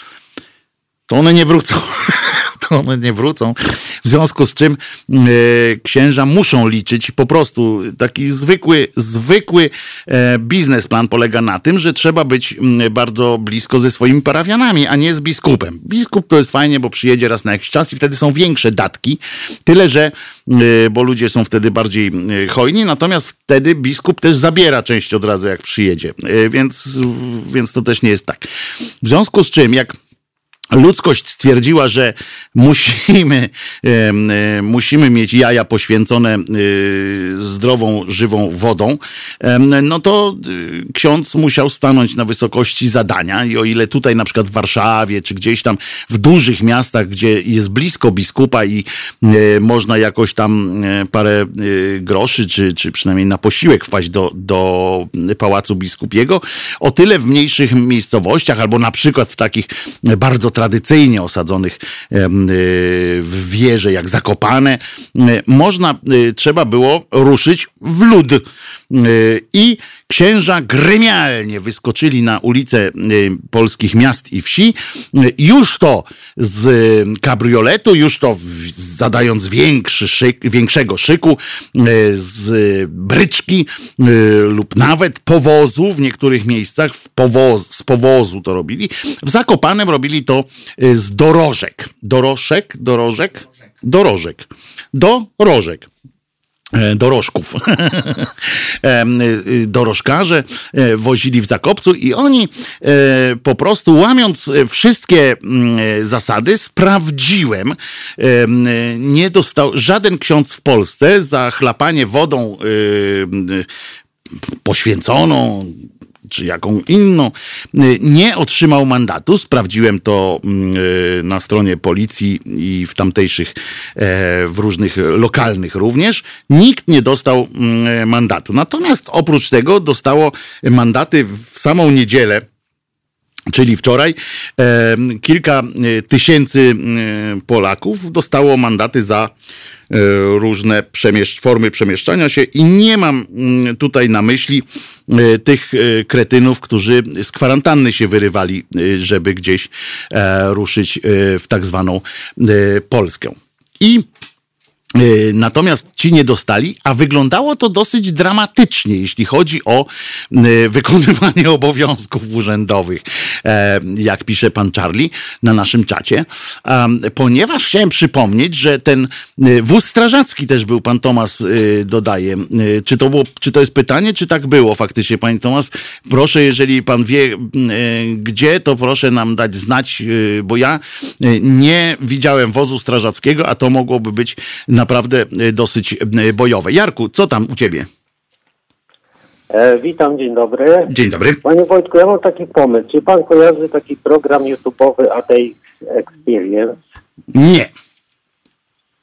to one nie wrócą. To one nie wrócą. W związku z czym e, księża muszą liczyć po prostu taki zwykły, zwykły e, biznesplan polega na tym, że trzeba być m, bardzo blisko ze swoimi parafianami, a nie z biskupem. Biskup to jest fajnie, bo przyjedzie raz na jakiś czas i wtedy są większe datki. Tyle, że e, bo ludzie są wtedy bardziej e, hojni, natomiast wtedy biskup też zabiera część od razu, jak przyjedzie. E, więc, więc to też nie jest tak. W związku z czym, jak ludzkość stwierdziła, że musimy, e, e, musimy mieć jaja poświęcone e, zdrową, żywą wodą, e, no to e, ksiądz musiał stanąć na wysokości zadania i o ile tutaj na przykład w Warszawie, czy gdzieś tam w dużych miastach, gdzie jest blisko biskupa i e, można jakoś tam e, parę e, groszy, czy, czy przynajmniej na posiłek wpaść do, do Pałacu Biskupiego, o tyle w mniejszych miejscowościach, albo na przykład w takich bardzo tradycyjnie osadzonych w wieże jak Zakopane, można, trzeba było ruszyć w lód. I księża gremialnie wyskoczyli na ulice polskich miast i wsi, już to z kabrioletu, już to zadając większy szyk, większego szyku, z bryczki lub nawet powozu w niektórych miejscach, w powoz, z powozu to robili. W Zakopanem robili to z dorożek. Dorożek? Dorożek? Dorożek. Dorożek. Dorożków. Dorożkarze wozili w Zakopcu i oni po prostu łamiąc wszystkie zasady, sprawdziłem, nie dostał żaden ksiądz w Polsce za chlapanie wodą poświęconą czy jaką inną, nie otrzymał mandatu. Sprawdziłem to na stronie policji i w tamtejszych, w różnych lokalnych również. Nikt nie dostał mandatu. Natomiast oprócz tego dostało mandaty w samą niedzielę, czyli wczoraj, kilka tysięcy Polaków dostało mandaty za różne przemieszcz- formy przemieszczania się i nie mam tutaj na myśli tych kretynów, którzy z kwarantanny się wyrywali, żeby gdzieś ruszyć w tak zwaną Polskę. I natomiast ci nie dostali, a wyglądało to dosyć dramatycznie, jeśli chodzi o wykonywanie obowiązków urzędowych, jak pisze pan Charlie na naszym czacie, ponieważ chciałem przypomnieć, że ten wóz strażacki też był, pan Tomasz dodaje. Czy to było, czy to jest pytanie, czy tak było faktycznie, panie Tomasz? Proszę, jeżeli pan wie gdzie, to proszę nam dać znać, bo ja nie widziałem wozu strażackiego, a to mogłoby być na naprawdę dosyć bojowe. Jarku, co tam u ciebie? E, witam, dzień dobry. Dzień dobry. Panie Wojtku, ja mam taki pomysł. Czy pan kojarzy taki program YouTube'owy A D X Experience? Nie.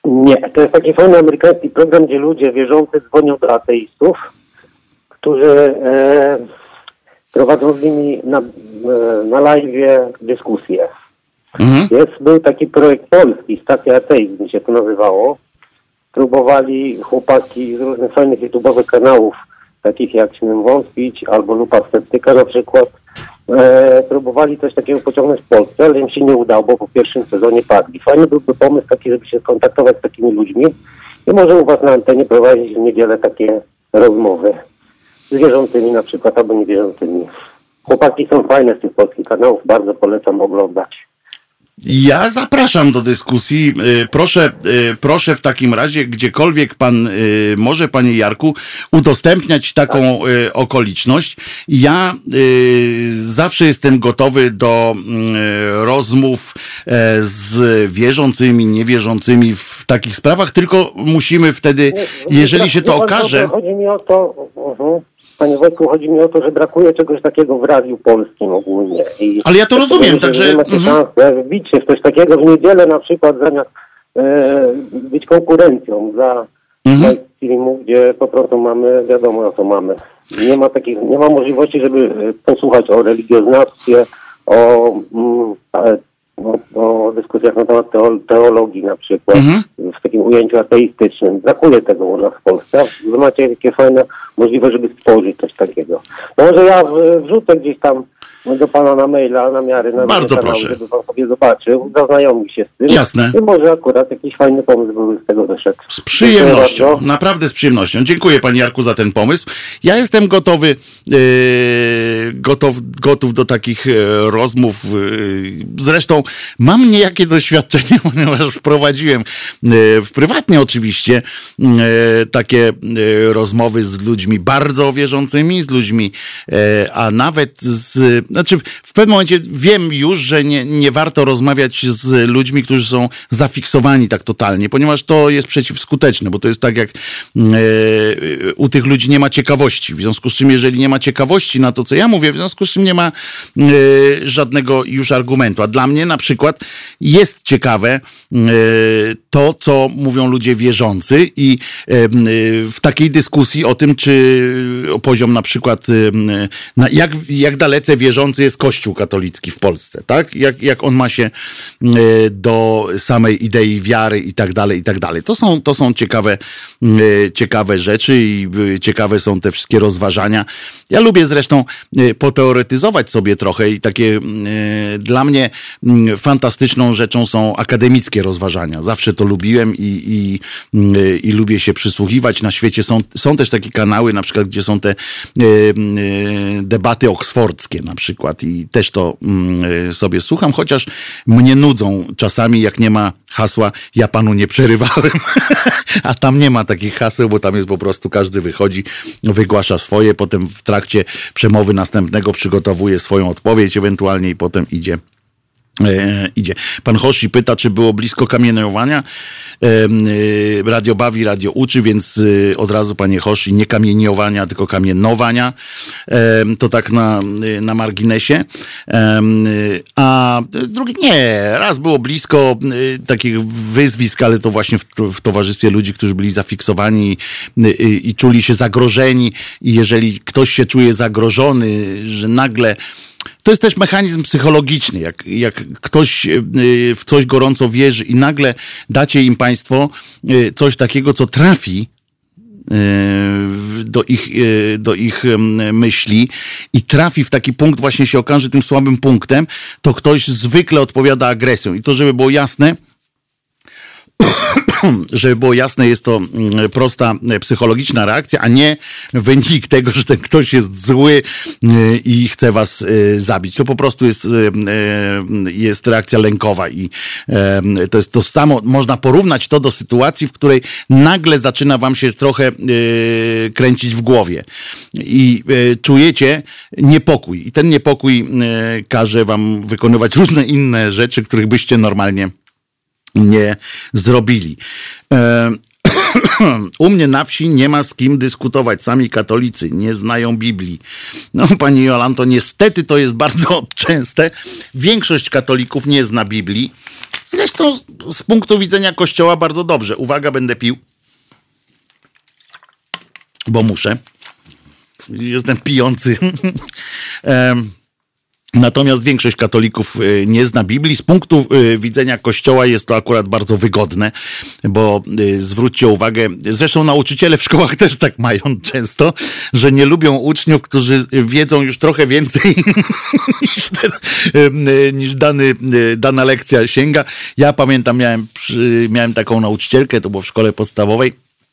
Nie, to jest taki fajny amerykański program, gdzie ludzie wierzący dzwonią do ateistów, którzy e, prowadzą z nimi na, e, na live'ie dyskusje. Mhm. Jest, był taki projekt polski, Stacja Ateizm się to nazywało. Próbowali chłopaki z różnych fajnych YouTube'owych kanałów, takich jak Śmiem Wątpić albo Lupa Sceptyka na przykład, e, próbowali coś takiego pociągnąć w Polsce, ale im się nie udało, bo po pierwszym sezonie padli. Fajny byłby pomysł taki, żeby się skontaktować z takimi ludźmi i może u was na antenie prowadzić w niedzielę takie rozmowy z wierzącymi na przykład, albo niewierzącymi. Chłopaki są fajne z tych polskich kanałów, bardzo polecam oglądać. Ja zapraszam do dyskusji. Proszę, proszę w takim razie, gdziekolwiek pan może, panie Jarku, udostępniać taką okoliczność. Ja zawsze jestem gotowy do rozmów z wierzącymi, niewierzącymi w takich sprawach, tylko musimy wtedy, jeżeli się to okaże... Chodzi mi o to... Uh-huh. Panie Wojtku, chodzi mi o to, że brakuje czegoś takiego w radiu polskim ogólnie. I ale ja to rozumiem, powiem, także... macie mm-hmm. szansę wbić się w coś takiego w niedzielę na przykład, zamiast e, być konkurencją dla mm-hmm. filmów, gdzie po prostu mamy, wiadomo o co mamy. Nie ma takich, nie ma możliwości, żeby posłuchać o religioznawstwie, o, mm, o, o dyskusjach na temat teologii na przykład, mm-hmm. w takim ujęciu ateistycznym. Brakuje tego u nas w Polsce. Wy macie takie fajne możliwość, żeby stworzyć coś takiego. No może ja wrzucę gdzieś tam do pana na maila, na miarę, na bardzo kanał, proszę, żeby pan sobie zobaczył, zaznajomi się z tym. Jasne. I może akurat jakiś fajny pomysł był z tego wyszedł. Z przyjemnością, naprawdę z przyjemnością. Dziękuję panie Jarku za ten pomysł. Ja jestem gotowy, yy, gotow, gotów do takich yy, rozmów. Yy. Zresztą mam niejakie doświadczenie, ponieważ wprowadziłem yy, w prywatnie oczywiście yy, takie yy, rozmowy z ludźmi bardzo wierzącymi, z ludźmi, yy, a nawet z Znaczy, w pewnym momencie wiem już, że nie, nie warto rozmawiać z ludźmi, którzy są zafiksowani tak totalnie, ponieważ to jest przeciwskuteczne, bo to jest tak jak e, u tych ludzi nie ma ciekawości. W związku z czym, jeżeli nie ma ciekawości na to, co ja mówię, w związku z czym nie ma e, żadnego już argumentu. A dla mnie na przykład jest ciekawe e, to, co mówią ludzie wierzący i e, w takiej dyskusji o tym, czy o poziom na przykład e, na, jak, jak dalece wierzący jest Kościół katolicki w Polsce, tak? Jak, jak on ma się do samej idei wiary i tak dalej, i tak dalej. To są, to są ciekawe, ciekawe rzeczy i ciekawe są te wszystkie rozważania. Ja lubię zresztą poteoretyzować sobie trochę i takie dla mnie fantastyczną rzeczą są akademickie rozważania. Zawsze to lubiłem i, i, i lubię się przysłuchiwać. Na świecie są, są też takie kanały, na przykład, gdzie są te debaty oksfordzkie na przykład i też to mm, sobie słucham, chociaż mnie nudzą czasami, jak nie ma hasła ja panu nie przerywałem, a tam nie ma takich haseł, bo tam jest po prostu każdy wychodzi, wygłasza swoje, potem w trakcie przemowy następnego przygotowuje swoją odpowiedź ewentualnie i potem idzie E, idzie. Pan Hoshi pyta, czy było blisko kamieniowania. E, e, radio bawi, radio uczy, więc e, od razu, panie Hoshi, nie kamieniowania, tylko kamienowania. E, to tak na, na marginesie. E, a drugi, nie, raz było blisko e, takich wyzwisk, ale to właśnie w, w towarzystwie ludzi, którzy byli zafiksowani i, i, i czuli się zagrożeni. I jeżeli ktoś się czuje zagrożony, że nagle to jest też mechanizm psychologiczny. Jak, jak ktoś w coś gorąco wierzy i nagle dacie im państwo coś takiego, co trafi do ich, do ich myśli i trafi w taki punkt, właśnie się okaże tym słabym punktem, to ktoś zwykle odpowiada agresją. I to, żeby było jasne, żeby było jasne, jest to prosta psychologiczna reakcja, a nie wynik tego, że ten ktoś jest zły i chce was zabić. To po prostu jest, jest reakcja lękowa i to jest to samo. Można porównać to do sytuacji, w której nagle zaczyna wam się trochę kręcić w głowie i czujecie niepokój. I ten niepokój każe wam wykonywać różne inne rzeczy, których byście normalnie nie zrobili. E, u mnie na wsi nie ma z kim dyskutować. Sami katolicy nie znają Biblii. No, pani Jolanto, niestety to jest bardzo częste. Większość katolików nie zna Biblii. Zresztą z, z punktu widzenia Kościoła bardzo dobrze. Uwaga, będę pił, bo muszę. Jestem pijący. Natomiast większość katolików nie zna Biblii. Z punktu widzenia Kościoła jest to akurat bardzo wygodne, bo zwróćcie uwagę, zresztą nauczyciele w szkołach też tak mają często, że nie lubią uczniów, którzy wiedzą już trochę więcej niż, ten, niż dany, dana lekcja sięga. Ja pamiętam, miałem, miałem taką nauczycielkę, to było w szkole podstawowej,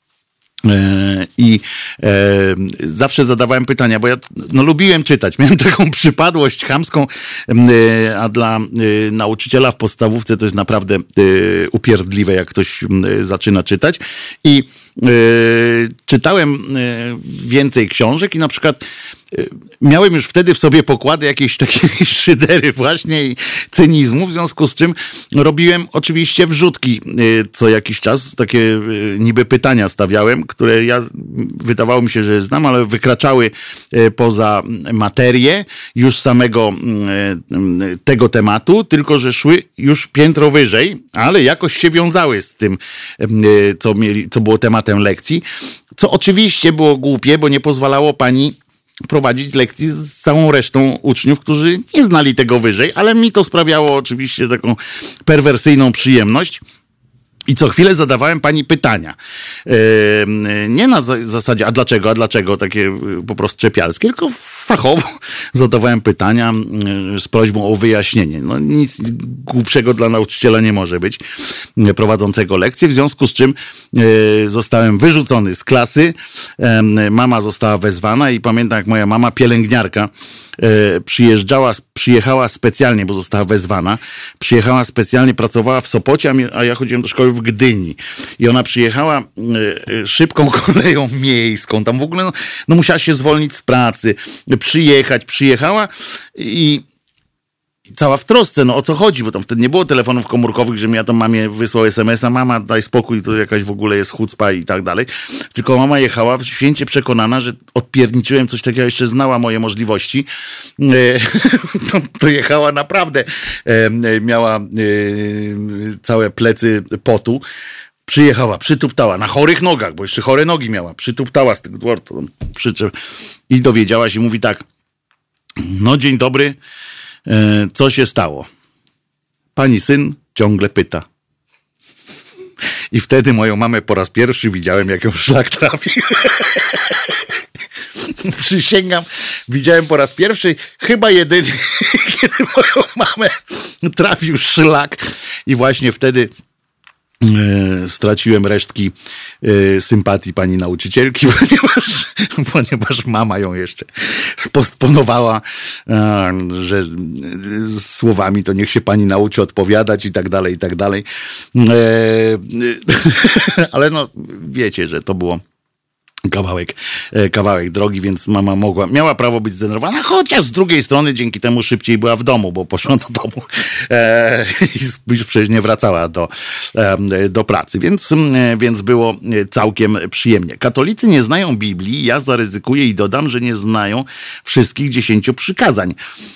i e, zawsze zadawałem pytania, bo ja no, lubiłem czytać. Miałem taką przypadłość chamską, e, a dla e, nauczyciela w podstawówce to jest naprawdę e, upierdliwe, jak ktoś e, zaczyna czytać. I e, czytałem e, więcej książek i na przykład miałem już wtedy w sobie pokłady jakiejś takiej szydery właśnie i cynizmu, w związku z czym robiłem oczywiście wrzutki co jakiś czas, takie niby pytania stawiałem, które ja wydawało mi się, że znam, ale wykraczały poza materię już samego tego tematu, tylko że szły już piętro wyżej, ale jakoś się wiązały z tym, co, mieli, co było tematem lekcji, co oczywiście było głupie, bo nie pozwalało pani prowadzić lekcji z całą resztą uczniów, którzy nie znali tego wyżej, ale mi to sprawiało oczywiście taką perwersyjną przyjemność. I co chwilę zadawałem pani pytania. Yy, nie na zasadzie, a dlaczego, a dlaczego, takie po prostu czepialskie, tylko fachowo zadawałem pytania yy, z prośbą o wyjaśnienie. No nic głupszego dla nauczyciela nie może być, yy, prowadzącego lekcję, w związku z czym yy, zostałem wyrzucony z klasy. Yy, mama została wezwana i pamiętam, jak moja mama, pielęgniarka, Yy, przyjeżdżała, przyjechała specjalnie, bo została wezwana, przyjechała specjalnie, pracowała w Sopocie, a, mi, a ja chodziłem do szkoły w Gdyni. I ona przyjechała yy, szybką koleją miejską, tam w ogóle no, no musiała się zwolnić z pracy, przyjechać, przyjechała i I cała w trosce, no o co chodzi, bo tam wtedy nie było telefonów komórkowych, że ja tam mamie wysłał es em es a, mama daj spokój, to jakaś w ogóle jest chucpa i tak dalej. Tylko mama jechała święcie przekonana, że odpierniczyłem coś takiego, jeszcze znała moje możliwości. to, to jechała naprawdę, miała całe plecy potu. Przyjechała, przytuptała na chorych nogach, bo jeszcze chore nogi miała, przytuptała z tego dworu i dowiedziała się, mówi tak, no dzień dobry, co się stało? Pani syn ciągle pyta. I wtedy moją mamę po raz pierwszy widziałem, jak ją szlak trafił. Przysięgam, widziałem po raz pierwszy, chyba jedyny, kiedy moją mamę trafił szlak. I właśnie wtedy straciłem resztki sympatii pani nauczycielki, ponieważ, ponieważ mama ją jeszcze spostponowała, że słowami to niech się pani nauczy odpowiadać i tak dalej, i tak dalej. Ale no wiecie, że to było kawałek, kawałek drogi, więc mama mogła, miała prawo być zdenerwowana, chociaż z drugiej strony dzięki temu szybciej była w domu, bo poszła do domu e, i już przecież nie wracała do, e, do pracy, więc, e, więc było całkiem przyjemnie. Katolicy nie znają Biblii, ja zaryzykuję i dodam, że nie znają wszystkich dziesięciu przykazań.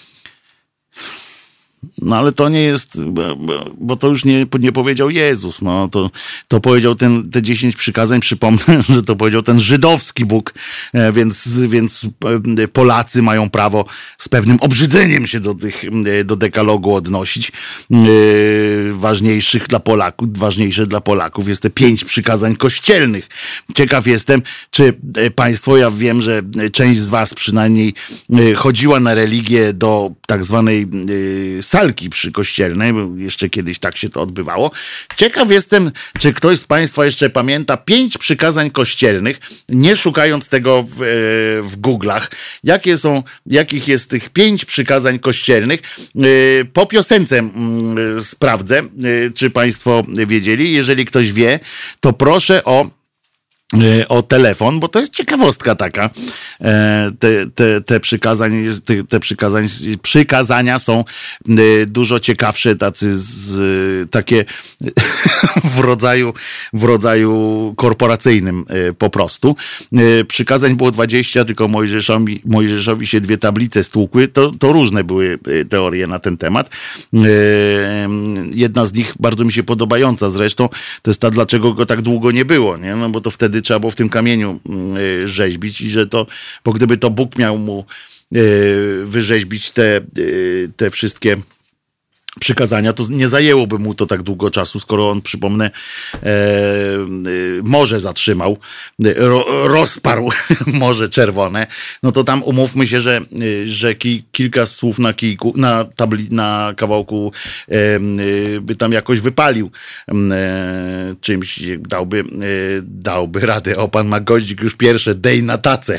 No ale to nie jest, bo, bo to już nie, nie powiedział Jezus, no to, to powiedział ten, te dziesięć przykazań, przypomnę, że to powiedział ten żydowski Bóg, więc, więc Polacy mają prawo z pewnym obrzydzeniem się do tych, do dekalogu odnosić. Ważniejszych dla Polaków, ważniejsze dla Polaków jest te pięć przykazań kościelnych. Ciekaw jestem, czy państwo, ja wiem, że część z was przynajmniej chodziła na religię do tak zwanej salki przykościelnej, bo jeszcze kiedyś tak się to odbywało. Ciekaw jestem, czy ktoś z państwa jeszcze pamięta pięć przykazań kościelnych, nie szukając tego w, w Google'ach, jakie są, jakich jest tych pięć przykazań kościelnych. Po piosence sprawdzę, czy państwo wiedzieli. Jeżeli ktoś wie, to proszę o o telefon, bo to jest ciekawostka taka. Te, te, te, przykazań, te, te przykazań, przykazania są dużo ciekawsze, tacy z, takie w rodzaju, w rodzaju korporacyjnym po prostu. Przykazań było dwadzieścia, tylko Mojżeszowi, Mojżeszowi się dwie tablice stłukły. To, to różne były teorie na ten temat. Jedna z nich bardzo mi się podobająca zresztą, to jest ta, dlaczego go tak długo nie było, nie? No bo to wtedy trzeba było w tym kamieniu rzeźbić i że to, bo gdyby to Bóg miał mu wyrzeźbić te, te wszystkie przykazania, to nie zajęłoby mu to tak długo czasu, skoro on, przypomnę, e, e, morze zatrzymał, ro, rozparł Morze Czerwone, no to tam umówmy się, że, że ki, kilka słów na kijku, na, tabli, na kawałku e, e, by tam jakoś wypalił e, czymś, dałby, e, dałby radę. O, pan ma goździk już pierwsze, dej na tacę.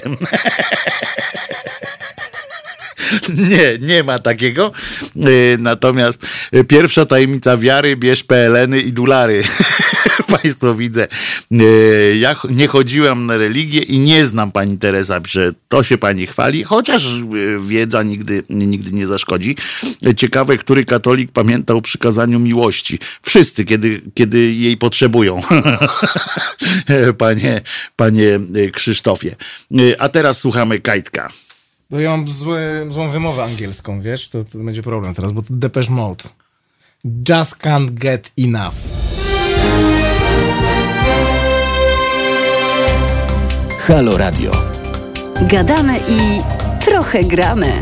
Nie, nie ma takiego. Natomiast pierwsza tajemnica wiary, bierz P L N y i dolary. Państwo widzę. Ja nie chodziłam na religię i nie znam pani Teresa, że to się pani chwali, chociaż wiedza nigdy, nigdy nie zaszkodzi. Ciekawe, który katolik pamięta o przykazaniu miłości. Wszyscy, kiedy, kiedy jej potrzebują. Panie, panie Krzysztofie. A teraz słuchamy Kajtka. Bo ja mam złe, złą wymowę angielską, wiesz? To, to będzie problem teraz, bo to Depeche Mode. Just can't get enough. Halo Radio. Gadamy i trochę gramy.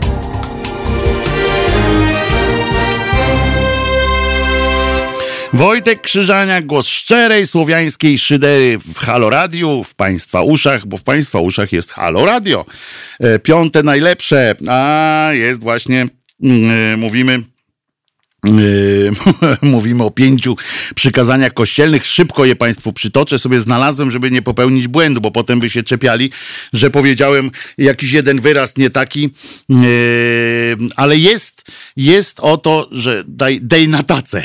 Wojtek Krzyżaniak, głos szczerej słowiańskiej szydery w Halo Radiu, w Państwa uszach, bo w Państwa uszach jest Halo Radio. Piąte najlepsze, a jest właśnie, yy, mówimy... Yy, mówimy o pięciu przykazaniach kościelnych. Szybko je Państwu przytoczę. Sobie znalazłem, żeby nie popełnić błędu, bo potem by się czepiali, że powiedziałem jakiś jeden wyraz nie taki. Yy, ale jest, jest o to, że daj, dej na tacę.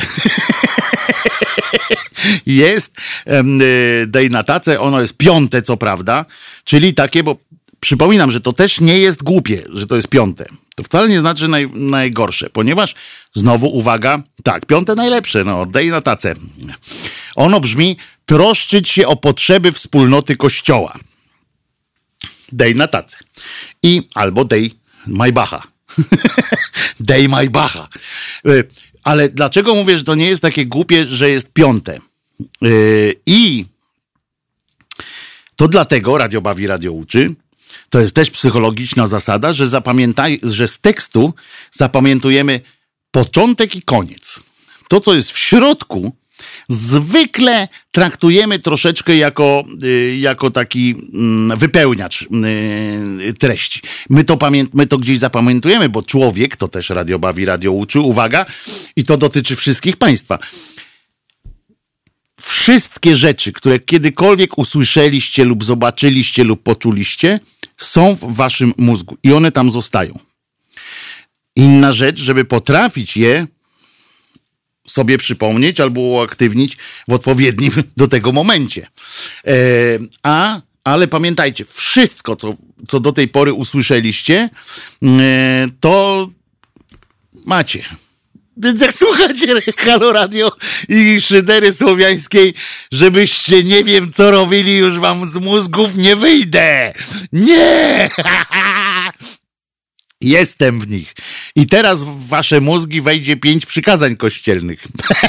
Jest yy, dej na tacę. Ono jest piąte, co prawda. Czyli takie, bo przypominam, że to też nie jest głupie, że to jest piąte. To wcale nie znaczy naj, najgorsze, ponieważ znowu uwaga, tak, piąte najlepsze, no dej na tacę. Ono brzmi: troszczyć się o potrzeby wspólnoty Kościoła. Dej na tacę. I albo dej Majbacha. Dej Majbacha. Ale dlaczego mówię, że to nie jest takie głupie, że jest piąte? I to dlatego Radio Bawi, Radio Uczy. To jest też psychologiczna zasada, że zapamiętaj, że z tekstu zapamiętujemy początek i koniec. To, co jest w środku, zwykle traktujemy troszeczkę jako, jako taki wypełniacz treści. My to, pamię- my to gdzieś zapamiętujemy, bo człowiek, to też Radio Bawi, Radio Uczy, uwaga, i to dotyczy wszystkich państwa. Wszystkie rzeczy, które kiedykolwiek usłyszeliście lub zobaczyliście lub poczuliście, są w waszym mózgu i one tam zostają. Inna rzecz, żeby potrafić je sobie przypomnieć albo uaktywnić w odpowiednim do tego momencie. E, a, ale pamiętajcie, wszystko, co, co do tej pory usłyszeliście, e, to macie. Więc jak słuchacie Halo Radio i szydery słowiańskiej, żebyście nie wiem co robili, już wam z mózgów nie wyjdę. Nie! Jestem w nich. I teraz w wasze mózgi wejdzie pięć przykazań kościelnych.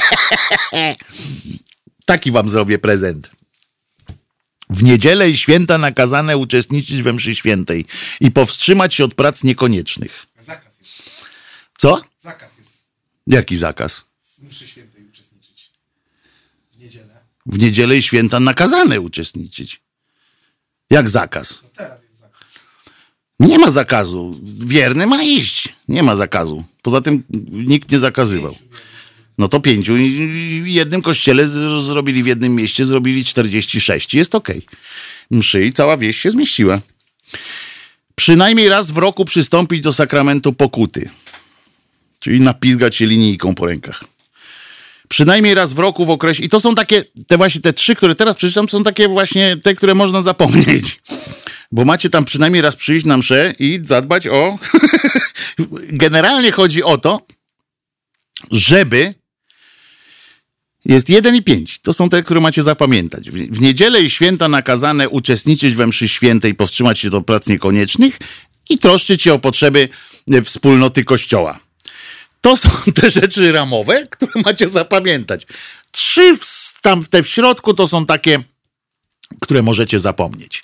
Taki wam zrobię prezent. W niedzielę i święta nakazane uczestniczyć we mszy świętej i powstrzymać się od prac niekoniecznych. Zakaz jest. Co? Zakaz jest. Jaki zakaz? W mszy świętej uczestniczyć. W niedzielę. W niedzielę i święta nakazane uczestniczyć. Jak zakaz? No teraz jest zakaz. Nie ma zakazu. Wierny ma iść. Nie ma zakazu. Poza tym nikt nie zakazywał. No to pięciu. I w jednym kościele zrobili, w jednym mieście zrobili czterdzieści sześć. Jest okej. Okay. Mszy i cała wieś się zmieściła. Przynajmniej raz w roku przystąpić do sakramentu pokuty. Czyli napizgać się linijką po rękach. przynajmniej raz w roku w okresie, i to są takie, te właśnie te trzy, które teraz przeczytam, są takie właśnie te, które można zapomnieć. Bo macie tam przynajmniej raz przyjść na mszę i zadbać o... Generalnie chodzi o to, żeby... Jest jeden i pięć. To są te, które macie zapamiętać. W niedzielę i święta nakazane uczestniczyć we mszy świętej, powstrzymać się do prac niekoniecznych i troszczyć się o potrzeby wspólnoty Kościoła. To są te rzeczy ramowe, które macie zapamiętać. Trzy w, tam te w środku to są takie, które możecie zapomnieć.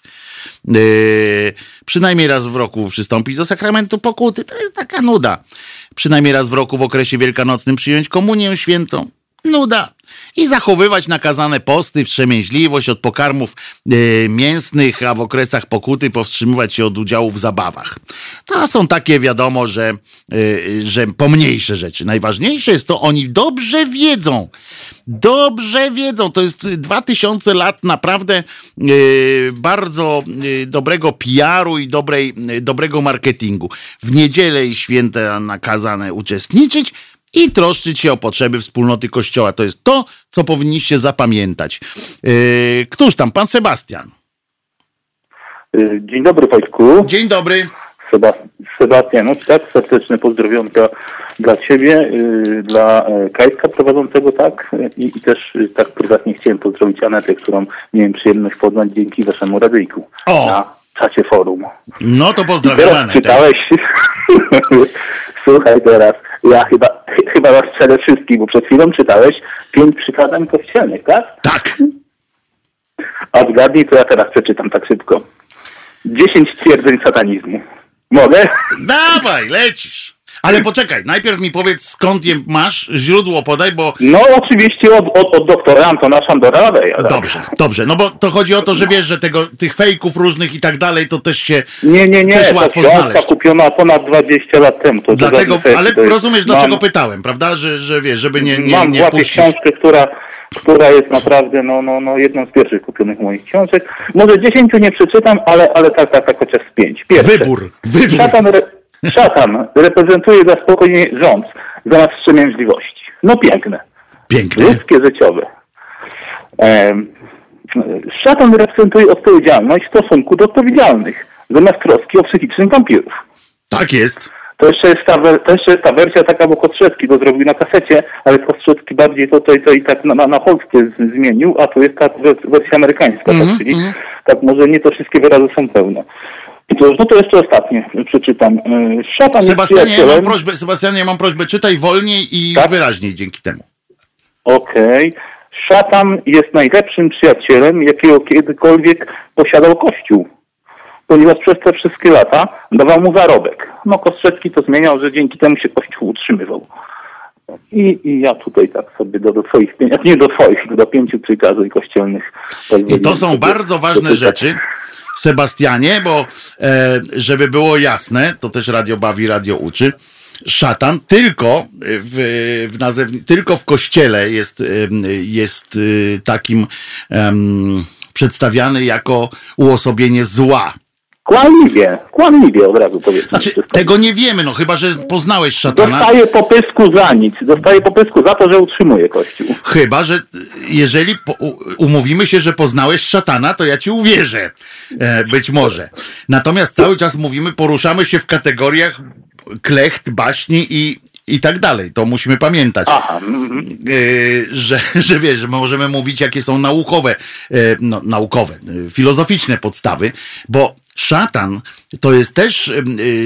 Yy, przynajmniej raz w roku przystąpić do sakramentu pokuty. To jest taka nuda. Przynajmniej raz w roku w okresie wielkanocnym przyjąć komunię świętą. Nuda. I zachowywać nakazane posty, wstrzemięźliwość od pokarmów yy, mięsnych, a w okresach pokuty powstrzymywać się od udziału w zabawach. To są takie, wiadomo, że, yy, że pomniejsze rzeczy. Najważniejsze jest to, oni dobrze wiedzą. Dobrze wiedzą. To jest dwa tysiące lat naprawdę yy, bardzo yy, dobrego P R u i dobrej, yy, dobrego marketingu. W niedzielę i święta nakazane uczestniczyć i troszczyć się o potrzeby wspólnoty Kościoła. To jest to, co powinniście zapamiętać. Yy, któż tam? Pan Sebastian. Dzień dobry, Wojtku. Dzień dobry. Seba- Sebastian, tak, serdeczne pozdrowionka dla Ciebie, yy, dla yy, Kajtka prowadzącego, tak, i, i też yy, tak prywatnie chciałem pozdrowić Anetę, którą miałem przyjemność poznać dzięki Waszemu radyjku O. na czacie forum. No to I pozdrawiam teraz Anetę. czytałeś, słuchaj teraz, ja chyba, chyba was przede wszystkim, bo przed chwilą czytałeś pięć przykazań kościelnych, tak? Tak. A zgadnij, co ja teraz przeczytam tak szybko. Dziesięć twierdzeń satanizmu. Mogę? Dawaj, lecisz. Ale poczekaj, najpierw mi powiedz, skąd je masz, źródło podaj, bo... No oczywiście od, od, od doktora Antona Szandora Radeja. Dobrze, dobrze, no bo to chodzi o to, że wiesz, że tego, tych fejków różnych i tak dalej, to też się Nie, nie, nie, też ta łatwo książka znaleźć. kupiona ponad dwadzieścia lat temu. To Dlatego, to ale to jest, rozumiesz, dlaczego mam, pytałem, prawda? Że, że wiesz, żeby nie, nie, mam nie w łapie puścić. książkę, która, która jest naprawdę no, no, no, jedną z pierwszych kupionych moich książek. Może dziesięciu nie przeczytam, ale, ale tak, tak, tak chociaż z pięć. Pierwsze. Wybór, wybór. Szatan, re, szatan reprezentuje zaspokojenie rząd zamiast wstrzemięźliwości. No piękne. Pięknie. Ludzkie, życiowe. Ehm, szatan reprezentuje odpowiedzialność w stosunku do odpowiedzialnych, zamiast troski o psychicznych wampirów. Tak jest. To jeszcze jest ta, to jeszcze jest ta wersja taka, bo Kostrzewski to zrobił na kasecie, ale Kostrzewski bardziej to, to, to i tak na, na Polskę z, zmienił, a to jest ta wersja amerykańska, Mm-hmm, tak, czyli mm-hmm. tak może nie to wszystkie wyrazy są pełne. I to, no to jeszcze ostatnie przeczytam. Szatan Sebastianie, jest ja mam przyjacielem... prośbę, Sebastianie, ja mam prośbę, czytaj wolniej i Tak? wyraźniej dzięki temu. Okej. Okay. Szatan jest najlepszym przyjacielem, jakiego kiedykolwiek posiadał Kościół. Ponieważ przez te wszystkie lata dawał mu zarobek. No Kostrzewski to zmieniał, że dzięki temu się Kościół utrzymywał. I, i ja tutaj tak sobie do, do twoich, nie do twoich, tylko do pięciu przykazań kościelnych. I to są bardzo ważne rzeczy, Sebastianie, bo e, żeby było jasne, to też Radio Bawi, Radio Uczy, szatan tylko w, w nazewni, tylko w kościele jest, jest takim um, przedstawiany jako uosobienie zła. Kłamliwie, kłamliwie od razu powiedzmy. Znaczy, tego nie wiemy, no chyba, że poznałeś szatana. Dostaje po pysku za nic, dostaje po pysku za to, że utrzymuje Kościół. Chyba, że jeżeli po, umówimy się, że poznałeś szatana, to ja ci uwierzę. E, być może. Natomiast cały czas mówimy, poruszamy się w kategoriach klecht, baśni i, i tak dalej. To musimy pamiętać. Aha. Mm-hmm. E, że, że wiesz, że możemy mówić, jakie są naukowe, e, no, naukowe, e, filozoficzne podstawy, bo szatan to jest też e,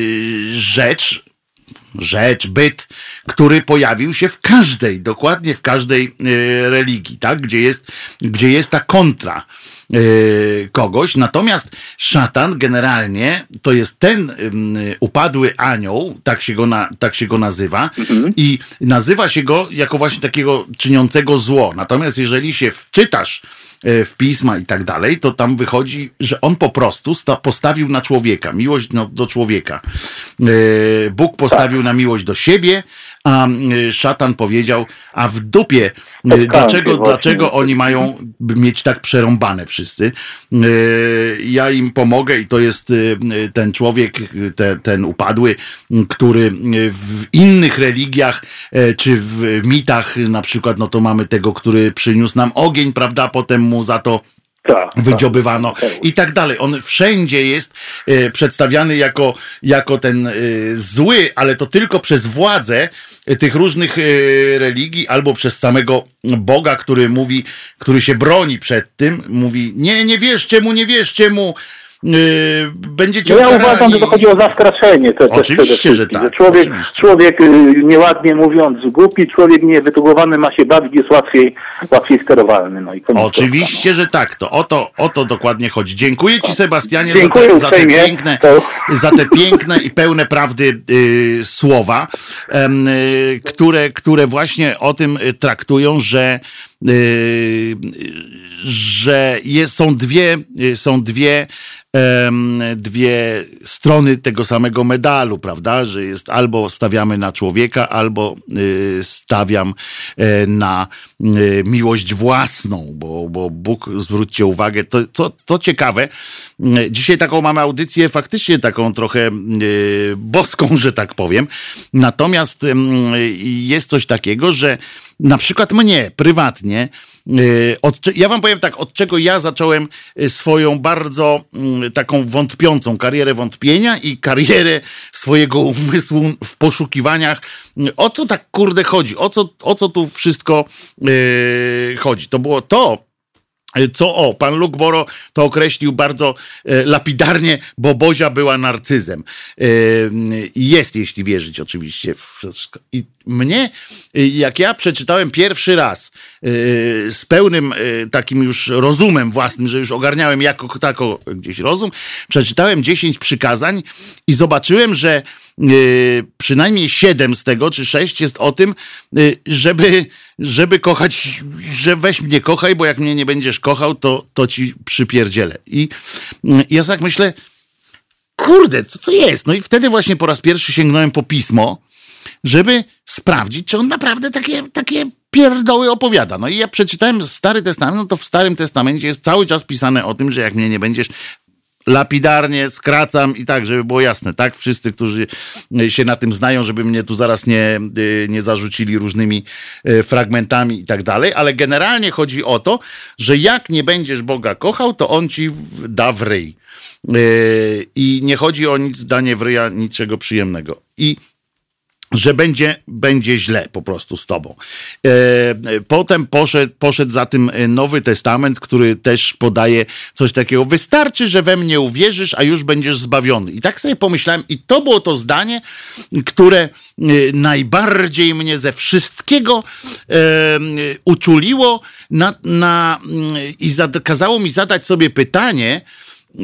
rzecz, rzecz, byt, który pojawił się w każdej, dokładnie w każdej e, religii, tak? Gdzie jest, gdzie jest ta kontra e, kogoś. Natomiast szatan generalnie to jest ten e, upadły anioł, tak się go, na, tak się go nazywa, mhm. i nazywa się go jako właśnie takiego czyniącego zło. Natomiast jeżeli się wczytasz w pisma i tak dalej, to tam wychodzi, że on po prostu sta- postawił na człowieka, miłość no, do człowieka. Bóg postawił na miłość do siebie, a szatan powiedział, a w dupie, Spotkałem dlaczego, się właśnie. dlaczego oni mają mieć tak przerąbane wszyscy. Ja im pomogę i to jest ten człowiek, te, ten upadły, który w innych religiach, czy w mitach na przykład, no to mamy tego, który przyniósł nam ogień, prawda, potem mu za to Tak, wydziobywano tak. i tak dalej. On wszędzie jest e, przedstawiany jako, jako ten e, zły, ale to tylko przez władzę e, tych różnych e, religii albo przez samego Boga, który mówi, który się broni przed tym, mówi nie, nie wierzcie mu, nie wierzcie mu, e, będziecie No ja ukarani. uważam, że to chodzi o zastraszenie. To, to Oczywiście, że że tak, Człowiek, oczywiście. człowiek y, nieładnie mówiąc głupi, człowiek niewytugowany ma się bawić, jest łatwiej, łatwiej sterowalny. No i koniec Oczywiście, że tak. To o to, o to dokładnie chodzi. Dziękuję ci, Sebastianie, Dziękuję za te, za te uprzejmie. piękne, To- za te piękne i pełne prawdy y, słowa, em, y, które, które właśnie o tym y, traktują, że y, że jest, są dwie, y, są dwie em, dwie strony tego samego medalu, prawda? Że jest albo stawiamy na człowieka, albo y, stawiam y, na y, miłość własną, bo, bo Bóg, zwróćcie uwagę, to, to, to ciekawe. Y, Dzisiaj taką mamy audycję, faktycznie taką trochę y, boską, że tak powiem. Natomiast y, jest coś takiego, że na przykład mnie prywatnie, y, od, ja wam powiem tak, od czego ja zacząłem y, swoją bardzo y, taką wątpiącą karierę wątpienia i karierę swojego umysłu w poszukiwaniach, y, o co tak kurde chodzi, o co, o co tu wszystko y, chodzi. To było to, co, o, pan Luke Boro to określił bardzo e, lapidarnie, bo Bozia była narcyzem. E, jest, jeśli wierzyć oczywiście. I mnie, jak ja przeczytałem pierwszy raz e, z pełnym e, takim już rozumem własnym, że już ogarniałem jako tako gdzieś rozum, przeczytałem dziesięć przykazań i zobaczyłem, że Yy, przynajmniej siedem z tego, czy sześć jest o tym, yy, żeby, żeby kochać, że weź mnie kochaj, bo jak mnie nie będziesz kochał, to, to ci przypierdzielę. I yy, ja tak myślę, kurde, co to jest? No i wtedy właśnie po raz pierwszy sięgnąłem po pismo, żeby sprawdzić, czy on naprawdę takie, takie pierdoły opowiada. No i ja przeczytałem Stary Testament, no to w Starym Testamencie jest cały czas pisane o tym, że jak mnie nie będziesz, lapidarnie skracam i tak, żeby było jasne, tak? Wszyscy, którzy się na tym znają, żeby mnie tu zaraz nie, nie zarzucili różnymi fragmentami i tak dalej, ale generalnie chodzi o to, że jak nie będziesz Boga kochał, to On ci da w ryj. I nie chodzi o nic, danie w ryja, niczego przyjemnego. I że będzie, będzie źle po prostu z tobą. E, potem poszedł, poszedł za tym Nowy Testament, który też podaje coś takiego. Wystarczy, że we mnie uwierzysz, a już będziesz zbawiony. I tak sobie pomyślałem, i to było to zdanie, które e, najbardziej mnie ze wszystkiego e, uczuliło na, na, i zada, kazało mi zadać sobie pytanie, e,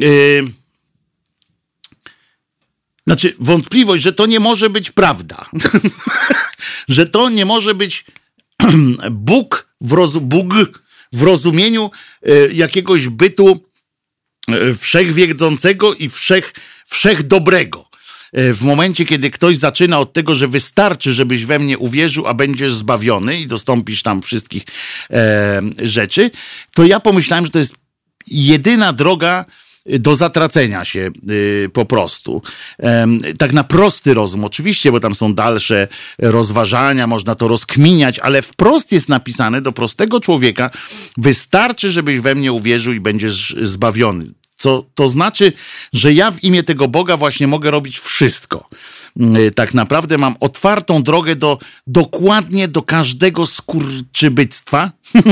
Znaczy, wątpliwość, że to nie może być prawda. Że to nie może być Bóg w, roz, Bóg w rozumieniu y, jakiegoś bytu y, wszechwiedzącego i wszech, wszechdobrego. Y, w momencie, kiedy ktoś zaczyna od tego, że wystarczy, żebyś we mnie uwierzył, a będziesz zbawiony i dostąpisz tam wszystkich e, rzeczy, to ja pomyślałem, że to jest jedyna droga do zatracenia się y, po prostu. Ym, tak na prosty rozum, oczywiście, bo tam są dalsze rozważania, można to rozkminiać, ale wprost jest napisane do prostego człowieka, wystarczy, żebyś we mnie uwierzył i będziesz zbawiony. Co to znaczy, że ja w imię tego Boga właśnie mogę robić wszystko. Yy, tak naprawdę mam otwartą drogę do dokładnie do każdego skurczybyctwa,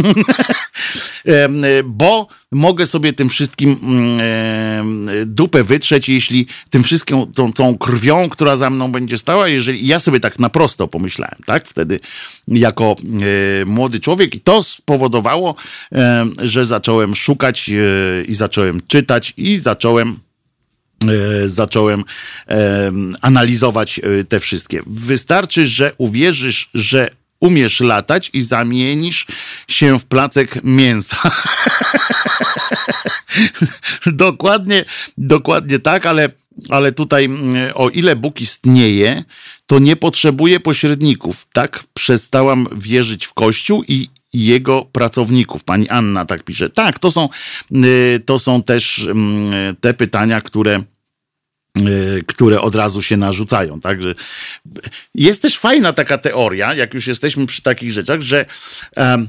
bo mogę sobie tym wszystkim dupę wytrzeć, jeśli tym wszystkim, tą, tą krwią, która za mną będzie stała, jeżeli ja sobie tak na prosto pomyślałem, tak? Wtedy jako młody człowiek i to spowodowało, że zacząłem szukać i zacząłem czytać i zacząłem zacząłem analizować te wszystkie. Wystarczy, że uwierzysz, że umiesz latać i zamienisz się w placek mięsa. dokładnie, dokładnie tak, ale ale tutaj o ile Bóg istnieje, to nie potrzebuje pośredników. Tak przestałam wierzyć w Kościół i jego pracowników. Pani Anna tak pisze. Tak, to są, to są też te pytania, które które od razu się narzucają. Także jest też fajna taka teoria, jak już jesteśmy przy takich rzeczach, że, um,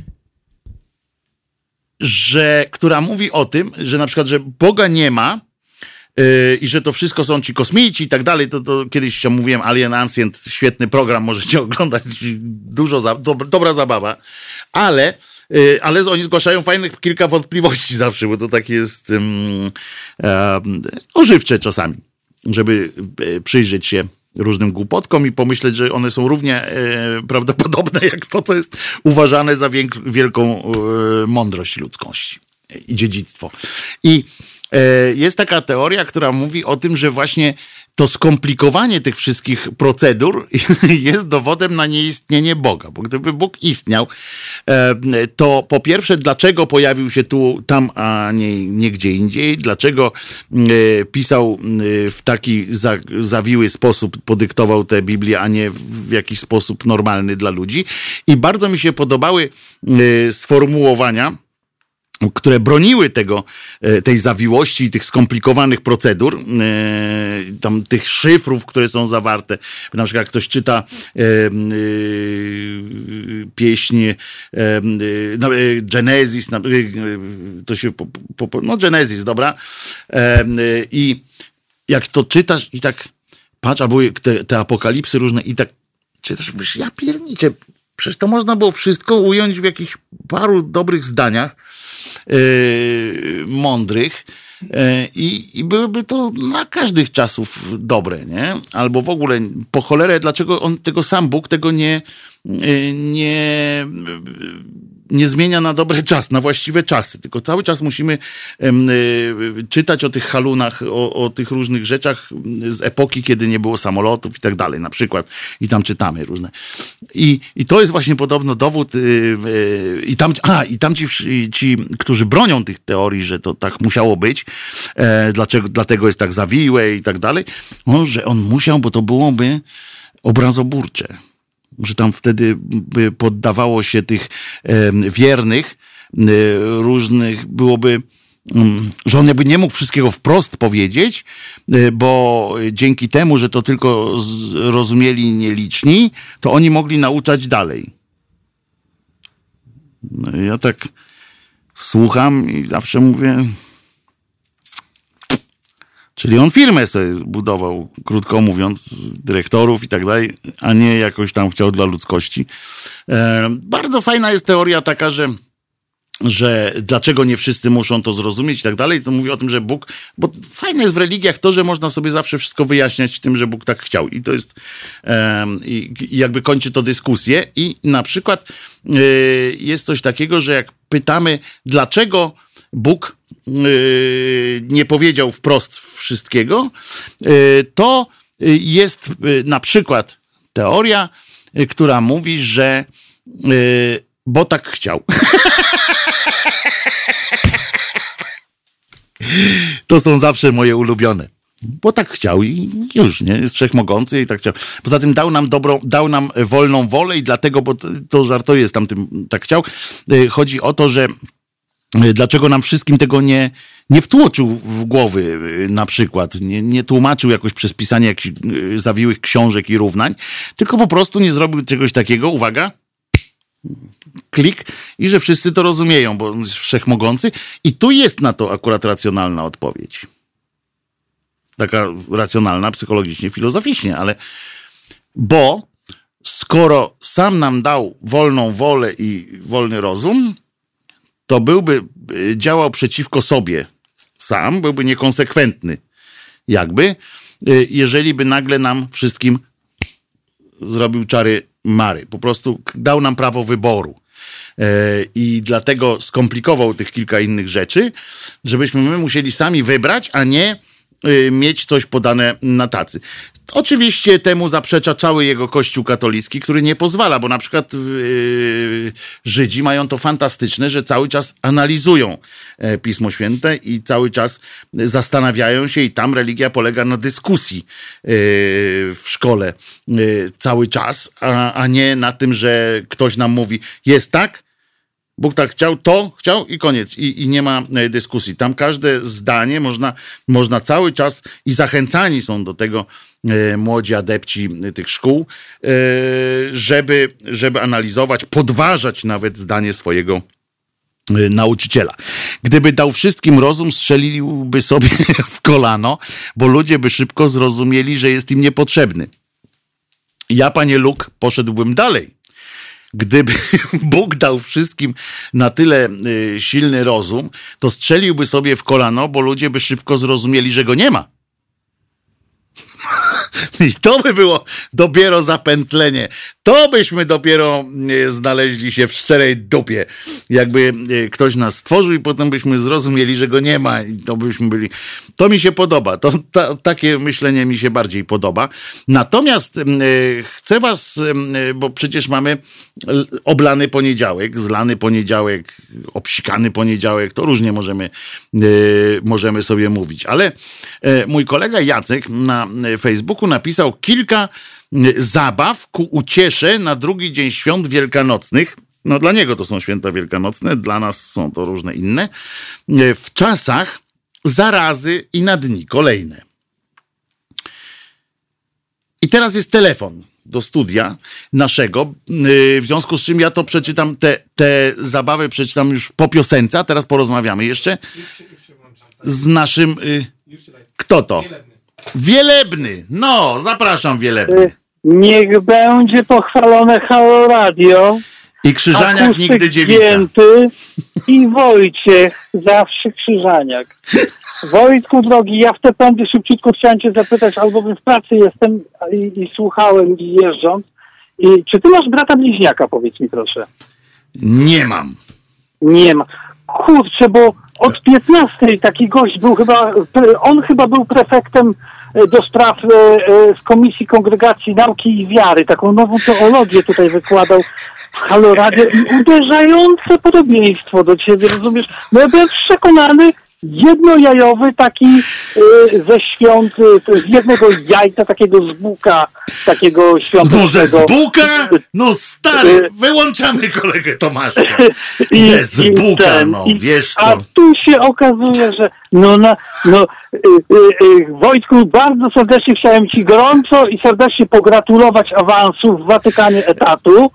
że która mówi o tym, że na przykład, że Boga nie ma yy, i że to wszystko są ci kosmici i tak dalej. To, to kiedyś ja mówiłem Alien Ancient, świetny program, możecie oglądać, dużo za, dobra, dobra zabawa, ale ale oni zgłaszają fajnych kilka wątpliwości zawsze, bo to takie jest um, um, ożywcze czasami, żeby przyjrzeć się różnym głupotkom i pomyśleć, że one są równie e, prawdopodobne jak to, co jest uważane za wiek, wielką e, mądrość ludzkości i dziedzictwo. I e, jest taka teoria, która mówi o tym, że właśnie to skomplikowanie tych wszystkich procedur jest dowodem na nieistnienie Boga. Bo gdyby Bóg istniał, to po pierwsze, dlaczego pojawił się tu, tam, a nie, nie gdzie indziej? Dlaczego pisał w taki zawiły sposób, podyktował tę Biblię, a nie w jakiś sposób normalny dla ludzi? I bardzo mi się podobały sformułowania, które broniły tego, tej zawiłości i tych skomplikowanych procedur, tam tych szyfrów, które są zawarte. Na przykład jak ktoś czyta pieśń Genesis, to się, no Genesis, dobra, i jak to czytasz i tak patrz, albo te, te apokalipsy różne i tak czytasz, wiesz, ja pierniczę, przecież to można było wszystko ująć w jakichś paru dobrych zdaniach, Yy, mądrych yy, i, i byłyby to na każdych czasów dobre, nie? Albo w ogóle po cholerę, dlaczego on tego sam Bóg tego nie yy, nie nie zmienia na dobry czas, na właściwe czasy, tylko cały czas musimy yy, czytać o tych halunach, o, o tych różnych rzeczach z epoki, kiedy nie było samolotów i tak dalej, na przykład, i tam czytamy różne. I, i to jest właśnie podobno dowód yy, yy, i tam, a, i tam ci, ci, którzy bronią tych teorii, że to tak musiało być, e, dlaczego, dlatego jest tak zawiłe i tak dalej, no, że on musiał, bo to byłoby obrazoburcze. Że tam wtedy by poddawało się tych e, wiernych e, różnych, byłoby, um, że on jakby nie mógł wszystkiego wprost powiedzieć, e, bo dzięki temu, że to tylko zrozumieli nieliczni, to oni mogli nauczać dalej. No, ja tak słucham i zawsze mówię... Czyli on firmę sobie zbudował, krótko mówiąc, dyrektorów i tak dalej, a nie jakoś tam chciał dla ludzkości. E, bardzo fajna jest teoria taka, że, że dlaczego nie wszyscy muszą to zrozumieć i tak dalej. To mówi o tym, że Bóg, bo fajne jest w religiach to, że można sobie zawsze wszystko wyjaśniać tym, że Bóg tak chciał. I to jest, e, i, i jakby kończy to dyskusję. I na przykład e, jest coś takiego, że jak pytamy, dlaczego Bóg nie powiedział wprost wszystkiego, to jest na przykład teoria, która mówi, że bo tak chciał. To są zawsze moje ulubione. Bo tak chciał i już, nie? Jest wszechmogący i tak chciał. Poza tym dał nam dobrą, dał nam wolną wolę i dlatego, bo to, to żartuję z tamtym tak chciał. Chodzi o to, że dlaczego nam wszystkim tego nie, nie wtłoczył w głowy na przykład, nie, nie tłumaczył jakoś przez pisanie jakichś zawiłych książek i równań, tylko po prostu nie zrobił czegoś takiego, uwaga, klik, i że wszyscy to rozumieją, bo on jest wszechmogący. I tu jest na to akurat racjonalna odpowiedź. Taka racjonalna psychologicznie, filozoficznie, ale bo skoro sam nam dał wolną wolę i wolny rozum, to byłby działał przeciwko sobie sam, byłby niekonsekwentny jakby, jeżeli by nagle nam wszystkim zrobił czary mary. Po prostu dał nam prawo wyboru. I dlatego skomplikował tych kilka innych rzeczy, żebyśmy my musieli sami wybrać, a nie mieć coś podane na tacy. Oczywiście temu zaprzecza cały jego Kościół katolicki, który nie pozwala, bo na przykład yy, Żydzi mają to fantastyczne, że cały czas analizują e, Pismo Święte i cały czas zastanawiają się i tam religia polega na dyskusji yy, w szkole yy, cały czas, a, a nie na tym, że ktoś nam mówi, jest tak, Bóg tak chciał, to chciał i koniec. I, i nie ma dyskusji. Tam każde zdanie można, można cały czas i zachęcani są do tego e, młodzi adepci tych szkół, e, żeby, żeby analizować, podważać nawet zdanie swojego e, nauczyciela. Gdyby dał wszystkim rozum, strzeliłby sobie w kolano, bo ludzie by szybko zrozumieli, że jest im niepotrzebny. Ja, panie Luk, poszedłbym dalej. Gdyby Bóg dał wszystkim na tyle y, silny rozum, to strzeliłby sobie w kolano, bo ludzie by szybko zrozumieli, że go nie ma. I to by było dopiero zapętlenie. To byśmy dopiero y, znaleźli się w szczerej dupie. Jakby y, ktoś nas stworzył i potem byśmy zrozumieli, że go nie ma. I to byśmy byli... To mi się podoba. To, ta, takie myślenie mi się bardziej podoba. Natomiast y, chcę was, y, bo przecież mamy oblany poniedziałek, zlany poniedziałek, obsikany poniedziałek, to różnie możemy, y, możemy sobie mówić. Ale y, mój kolega Jacek na Facebooku napisał kilka zabaw ku uciesze na drugi dzień świąt wielkanocnych. No dla niego to są święta wielkanocne, dla nas są to różne inne. W czasach zarazy i na dni kolejne. I teraz jest telefon do studia naszego, w związku z czym ja to przeczytam, te, te zabawy przeczytam już po piosence, a teraz porozmawiamy jeszcze z naszym... Kto to? Wielebny. No, zapraszam Wielebny. Niech będzie pochwalone Halo Radio. I Krzyżaniak nigdy dziewica. Święty i Wojciech, zawsze Krzyżaniak. Wojtku drogi, ja w te pędy szybciutko chciałem cię zapytać, albowiem w pracy jestem i, i słuchałem i jeżdżąc. I czy ty masz brata bliźniaka, powiedz mi proszę? Nie mam. Nie ma. Kurczę, bo od piętnastej taki gość był chyba, on chyba był prefektem do spraw z Komisji Kongregacji Nauki i Wiary. Taką nową teologię tutaj wykładał w Halo Radio i uderzające podobieństwo do ciebie, rozumiesz? No ja byłem przekonany, jednojajowy taki y, ze świąt, y, z jednego jajka, takiego z buka, takiego świątecznego. No ze z buka? No stary, wyłączamy kolegę Tomaszka. I, ze z buka, ten, no i, wiesz co. A tu się okazuje, że no, na, no y, y, y, Wojtku, bardzo serdecznie chciałem ci gorąco i serdecznie pogratulować awansu w Watykanie etatu.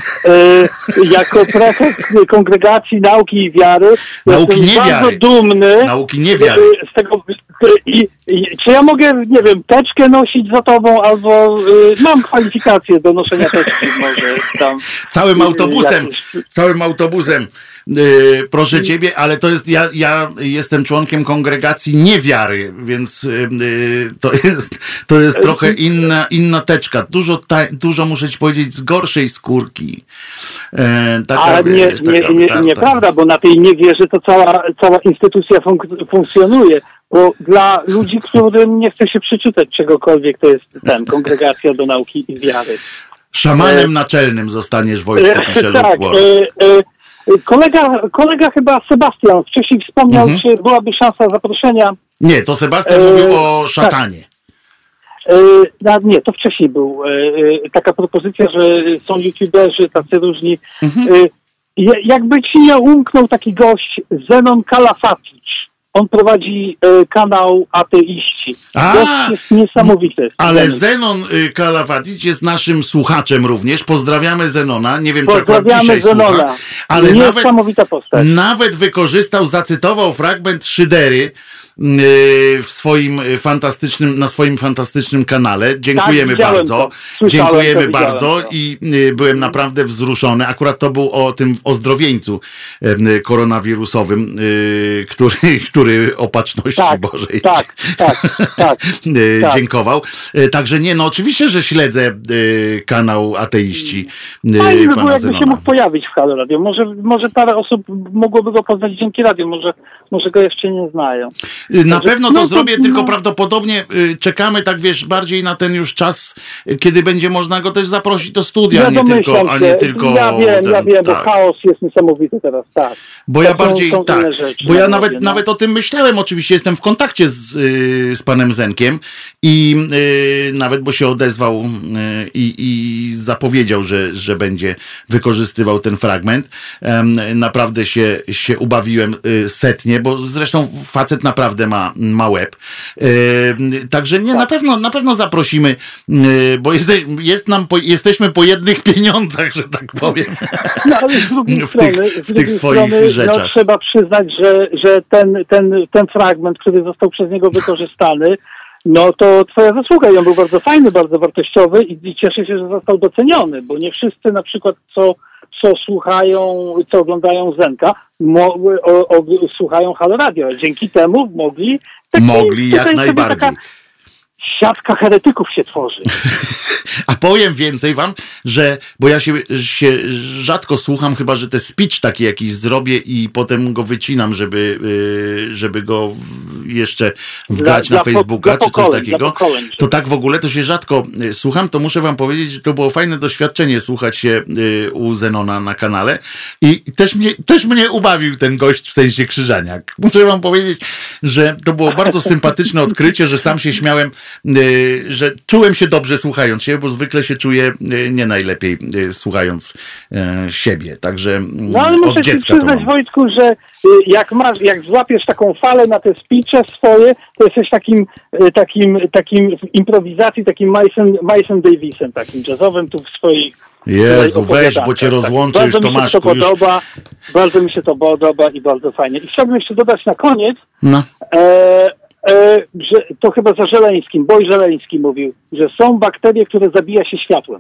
Y, jako prefekt Kongregacji Nauki i Wiary. Nauki Jestem nie bardzo wiary. dumny. Nauki nie wiary. Z tego, i, i, czy ja mogę, nie wiem, teczkę nosić za tobą, albo y, mam kwalifikacje do noszenia teczki może tam. Całym autobusem, jakieś... całym autobusem. Yy, proszę ciebie, ale to jest, ja, ja jestem członkiem kongregacji niewiary, więc yy, to jest, to jest trochę inna, inna teczka. Dużo, ta, dużo muszę ci powiedzieć z gorszej skórki. Yy, taka, Ale nie, wiesz, nie, taka, nie, ta, nieprawda, bo na tej niewierze to cała, cała instytucja funk- funkcjonuje. Bo dla ludzi, którym nie chce się przeczytać czegokolwiek, to jest ten, Kongregacja do Nauki i Wiary. Szamanem e... naczelnym zostaniesz, Wojtku, pisze tak, Luke e, e, kolega, kolega chyba Sebastian wcześniej wspomniał, mhm. czy byłaby szansa zaproszenia. Nie, to Sebastian e... mówił o szatanie. Tak. E, nie, to wcześniej był e, taka propozycja, że są youtuberzy tacy różni. Mhm. E, jakby ci nie umknął taki gość, Zenon Kalafatowicz. On prowadzi y, kanał Ateiści. To jest niesamowite. Ale Zenon y, Kalafatowicz jest naszym słuchaczem również. Pozdrawiamy Zenona. Nie wiem, czy akurat dzisiaj Zenona. Słucha. Ale niesamowita nawet, postać. Nawet wykorzystał, zacytował fragment Szydery y, w swoim fantastycznym, na swoim fantastycznym kanale. Dziękujemy tak, bardzo. Dziękujemy to, bardzo to. I y, byłem naprawdę wzruszony. Akurat to był o tym ozdrowieńcu y, koronawirusowym, y, który, który opatrzności tak, Bożej tak, tak, tak, dziękował. Także nie, no oczywiście, że śledzę y, kanał Ateiści. Y, Fajnie by było, jakby się mógł pojawić w Halo Radio. Może, może parę osób mogłoby go poznać dzięki radiu, może, może go jeszcze nie znają. Na pewno to no, zrobię, to, tylko no. prawdopodobnie y, czekamy, tak wiesz, bardziej na ten już czas, y, kiedy będzie można go też zaprosić do studia, Ja a nie tylko, domyślam a nie się. tylko Ja wiem, ten, ja wiem, tak. bo chaos jest niesamowity teraz, tak. Bo To ja są- bardziej, są tak, inne rzeczy, bo ja na nawet, razie, no. nawet o tym myślałem, oczywiście jestem w kontakcie z, y, z panem Zenkiem i y, nawet, bo się odezwał y, i, i zapowiedział, że, że będzie wykorzystywał ten fragment. Em, naprawdę się, się ubawiłem y, setnie, bo zresztą facet naprawdę ma, ma łeb. Y, także nie, na pewno, na pewno zaprosimy, y, bo jeste, jest nam po, jesteśmy po jednych pieniądzach, że tak powiem. No, ale z drugiej w strony, tych, z w tych drugiej swoich strony, rzeczach. No, trzeba przyznać, że, że ten, ten, ten fragment, który został przez niego wykorzystany, no to twoja zasługa i on był bardzo fajny, bardzo wartościowy i, i cieszę się, że został doceniony, bo nie wszyscy na przykład co, co słuchają, co oglądają Zenka, mo, o, o, słuchają Halo Radio. Dzięki temu mogli... Taki, Mogli jak tutaj sobie najbardziej. taka siatka heretyków się tworzy. A powiem więcej wam, że, bo ja się, się rzadko słucham, chyba że te speech taki jakiś zrobię i potem go wycinam, żeby, y, żeby go w- jeszcze wgrać Dla- na dla po- Facebooka dla czy coś pokoleń, takiego. dla pokoleń. To tak w ogóle to się rzadko y, słucham, to muszę wam powiedzieć, że to było fajne doświadczenie słuchać się y, u Zenona na kanale i też mnie, też mnie ubawił ten gość w sensie Krzyżaniak. Muszę wam powiedzieć, że to było bardzo sympatyczne odkrycie, że sam się śmiałem, y, że czułem się dobrze słuchając się, bo zwykle się czuję y, nie najlepiej y, słuchając y, siebie. Także mm, No ale od muszę ci dziecka to przyznać, mam. Wojtku, że y, jak masz, jak złapiesz taką falę na te speeche swoje, to jesteś takim, y, takim, takim w improwizacji, takim Mason, Mason Davisem, takim jazzowym tu w swoich Jezu, tutaj weź, bo cię opowiadankach. rozłączę już, Bardzo mi się to Tomaszku. Już... podoba, bardzo mi się to podoba i bardzo fajnie. I chciałbym jeszcze dodać na koniec, No. e, e, że to chyba za Żeleńskim, Boj Żeleński mówił, że są bakterie, które zabija się światłem.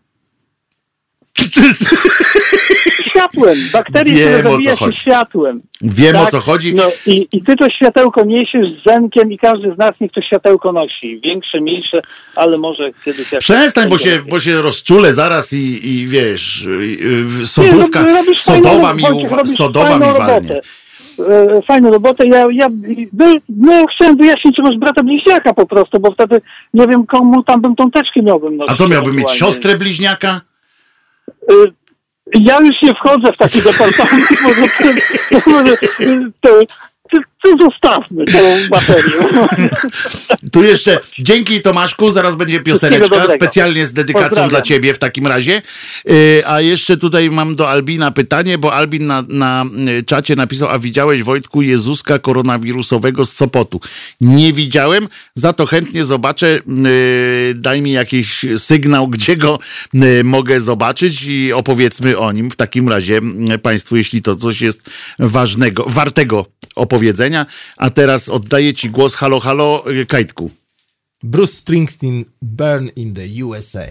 Światłem, bakterie, Wiem, które o co zabija się chodzi. światłem. Wiem, o Tak? co chodzi. No i, i ty to światełko niesiesz z Zenkiem i każdy z nas niech to światełko nosi. Większe, mniejsze, ale może kiedyś... jak- Przestań, bo się, bo się rozczulę zaraz i, i wiesz, i, i, sodówka, Nie, robisz sodowa fajną, mi, Wojciech, uwa- robisz sodowa fajną mi walnie. robotę. E, Fajną robotę. Ja, ja no, no, chciałem wyjaśnić, czy masz brata bliźniaka po prostu, bo wtedy nie wiem, komu tam bym tą teczkę miałbym nosić. A co, miałbym mieć ewentualnie. siostrę bliźniaka? E, Ja już nie wchodzę w taki departament, może, może to, to, to zostawmy tą materię. Tu jeszcze, dzięki Tomaszku, zaraz będzie pioseneczka, Wszystkiego dobrego. specjalnie z dedykacją Pozdrawiam. dla ciebie w takim razie. Yy, a jeszcze tutaj mam do Albina pytanie, bo Albin na, na y, czacie napisał, a widziałeś, Wojtku, Jezuska koronawirusowego z Sopotu? Nie widziałem, za to chętnie zobaczę. Yy, daj mi jakiś sygnał, gdzie go yy, mogę zobaczyć i opowiedzmy o nim w takim razie yy, państwu, jeśli to coś jest ważnego, wartego opowiedzenia. A teraz oddaję ci głos. Halo, halo, yy, Kajtku. Bruce Springsteen, Burn in the U S A.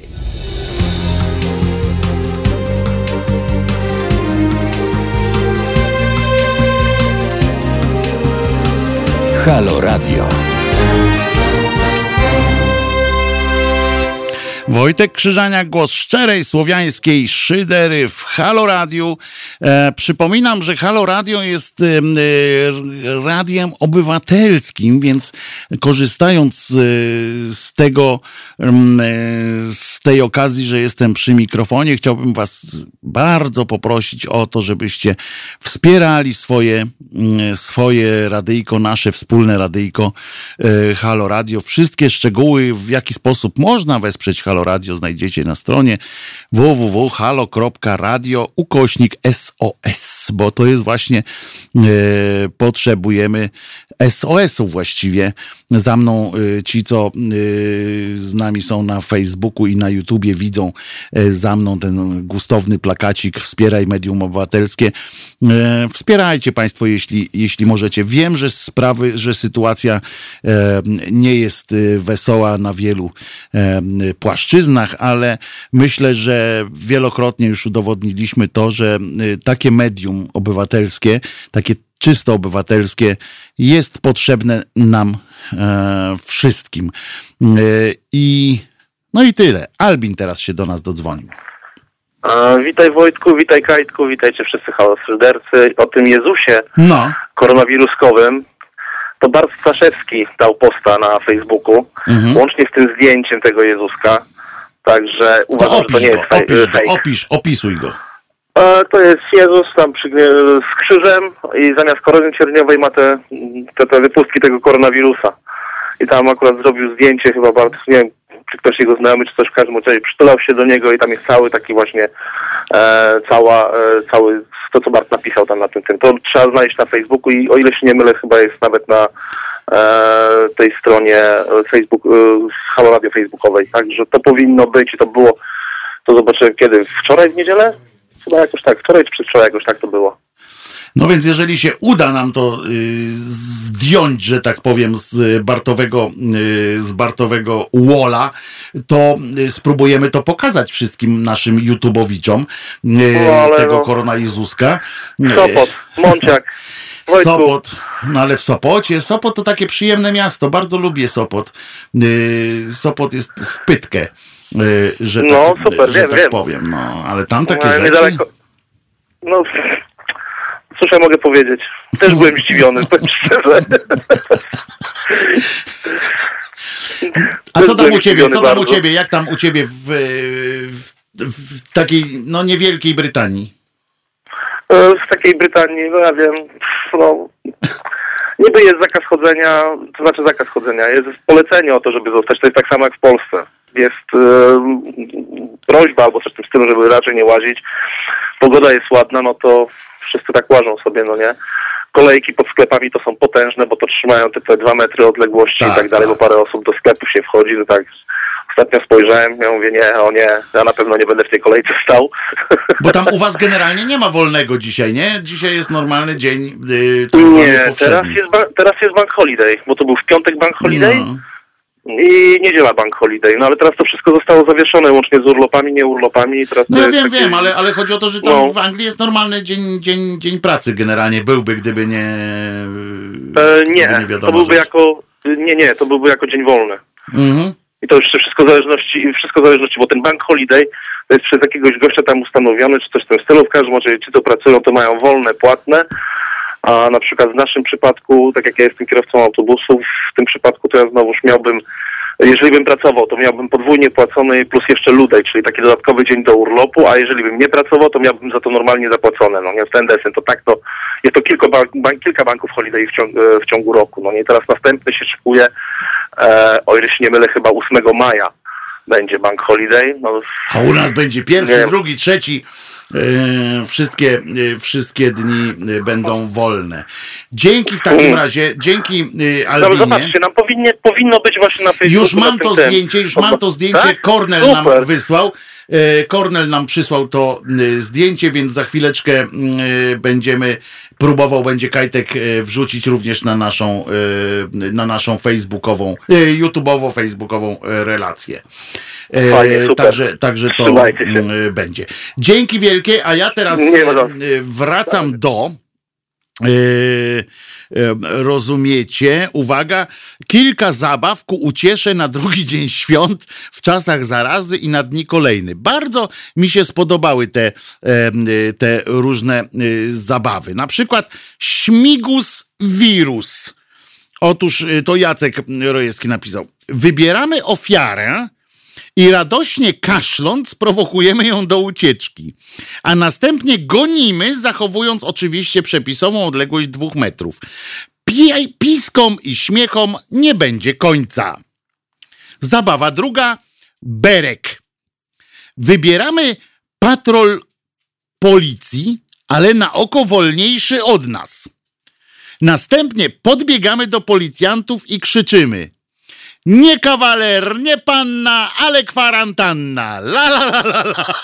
Halo Radio. Wojtek Krzyżaniak, głos szczerej słowiańskiej szydery w Halo Radiu. E, przypominam, że Halo Radio jest e, e, radiem obywatelskim, więc korzystając e, z tego, e, z tej okazji, że jestem przy mikrofonie, chciałbym was bardzo poprosić o to, żebyście wspierali swoje, e, swoje radyjko, nasze wspólne radyjko e, Halo Radio. Wszystkie szczegóły, w jaki sposób można wesprzeć Halo Radio, znajdziecie na stronie w w w kropka halo kropka radio ukośnik S O S, bo to jest właśnie e, potrzebujemy S O S-u właściwie. Za mną e, ci, co e, z nami są na Facebooku i na YouTubie, widzą e, za mną ten gustowny plakacik Wspieraj Medium Obywatelskie. E, wspierajcie państwo, jeśli, jeśli możecie. Wiem, że sprawy, że sytuacja e, nie jest e, wesoła na wielu e, płaszczyznach, ale myślę, że wielokrotnie już udowodniliśmy to, że e, takie medium obywatelskie, takie czysto obywatelskie jest potrzebne nam e, wszystkim. E, I no i tyle. Albin teraz się do nas dodzwonił. A, witaj Wojtku, witaj Kajtku, witajcie wszyscy hałasrydercy. O tym Jezusie No. koronawiruskowym to Bart Staszewski dał posta na Facebooku, mhm. łącznie z tym zdjęciem tego Jezuska. Także uważam, to opisz że to nie go, jest fake. Opisz, go, opisz, opisuj go. E, to jest Jezus tam przy, z krzyżem i zamiast korony cierniowej ma te, te, te wypustki tego koronawirusa. I tam akurat zrobił zdjęcie, chyba bardzo, nie wiem, czy ktoś jego znajomy, czy coś, w każdym razie przytulał się do niego i tam jest cały taki właśnie, e, cała, e, cały, to co Bart napisał tam na tym, tym. To trzeba znaleźć na Facebooku i o ile się nie mylę, chyba jest nawet na e, tej stronie Facebook, e, Halo Radio Facebookowej. Także to powinno być i to było, to zobaczyłem kiedy, wczoraj w niedzielę? Chyba jakoś tak, wczoraj czy przedwczoraj jakoś tak to było. No więc jeżeli się uda nam to y, zdjąć, że tak powiem, z Bartowego, y, z Bartowego walla, to y, spróbujemy to pokazać wszystkim naszym YouTubeowiczom y, no, tego no. Korona Jezuska. Sopot, Mąciak, Wojtku. Sopot, no ale w Sopocie, Sopot to takie przyjemne miasto, bardzo lubię Sopot. Y, Sopot jest w pytkę, y, że tak, no, super, że wiem, tak wiem. powiem. No, ale tam takie no, rzeczy... Niedaleko. No... Cóż ja mogę powiedzieć? Też byłem zdziwiony, powiem szczerze. A co tam u ciebie? Co tam u ciebie? Jak tam u ciebie w, w, w takiej, no niewielkiej Brytanii? W takiej Brytanii, no ja wiem, no... Niby jest zakaz chodzenia, to znaczy zakaz chodzenia, jest polecenie o to, żeby zostać, to jest tak samo jak w Polsce. Jest e, prośba albo coś w tym stylu, żeby raczej nie łazić. Pogoda jest ładna, no to wszyscy tak łażą sobie, no nie? Kolejki pod sklepami to są potężne, bo to trzymają te, te dwa metry odległości tak, i tak dalej, tak. Bo parę osób do sklepów się wchodzi, no tak. Ostatnio spojrzałem, ja mówię, nie, o nie, ja na pewno nie będę w tej kolejce stał. Bo tam u was generalnie nie ma wolnego dzisiaj, nie? Dzisiaj jest normalny dzień yy, tak nie, teraz jest, teraz jest Bank Holiday, bo to był w piątek Bank Holiday no. i niedziela Bank Holiday, no ale teraz to wszystko zostało zawieszone, łącznie z urlopami, nie urlopami. Teraz no ja wiem, takie... wiem, ale, ale chodzi o to, że tam no. w Anglii jest normalny dzień, dzień, dzień pracy generalnie, byłby, gdyby nie... E, nie, nie to byłby rzecz. jako, nie, nie, to byłby jako dzień wolny. Mhm. I to już wszystko w zależności, wszystko w zależności, bo ten Bank Holiday to jest przez jakiegoś gościa tam ustanowiony, czy coś w tym stylu, w każdym razie ci to pracują, to mają wolne, płatne, a na przykład w naszym przypadku, tak jak ja jestem kierowcą autobusu, w tym przypadku to ja znowuż miałbym, jeżeli bym pracował, to miałbym podwójnie płacony plus jeszcze ludej, czyli taki dodatkowy dzień do urlopu, a jeżeli bym nie pracował, to miałbym za to normalnie zapłacone, no nie, w ten desen, to tak to, jest to kilka, bank, kilka banków holiday w ciągu, w ciągu roku, no nie, teraz następny się szykuje, e, o ile się nie mylę, chyba ósmego maja będzie Bank Holiday. No, a u nas będzie pierwszy, nie. drugi, trzeci, Yy, wszystkie, yy, wszystkie dni yy, będą wolne. Dzięki w takim razie, dzięki yy, Albinie. No, zobaczcie, nam powinnie, powinno być właśnie na Facebooku. Już mam to ten. zdjęcie, już mam to zdjęcie, tak? Kornel Super. nam wysłał. Yy, Kornel nam przysłał to yy, zdjęcie, więc za chwileczkę yy, będziemy próbował, będzie Kajtek yy, wrzucić również na naszą, yy, na naszą facebookową, yy, YouTube'ową, facebookową yy, relację. Fajnie, e, także, także to e, będzie. Dzięki wielkie, a ja teraz e, wracam do e, e, rozumiecie, uwaga, kilka zabaw ku uciesze na drugi dzień świąt w czasach zarazy i na dni kolejne. Bardzo mi się spodobały te, e, te różne e, zabawy. Na przykład śmigus wirus. Otóż to Jacek Rojewski napisał. Wybieramy ofiarę i radośnie kaszląc prowokujemy ją do ucieczki, a następnie gonimy, zachowując oczywiście przepisową odległość dwóch metrów. Pi- piskom i śmiechom nie będzie końca. Zabawa druga, berek. Wybieramy patrol policji, ale na oko wolniejszy od nas. Następnie podbiegamy do policjantów i krzyczymy: nie kawaler, nie panna, ale kwarantanna. La, la, la, la, la.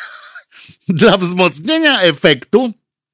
Dla wzmocnienia efektu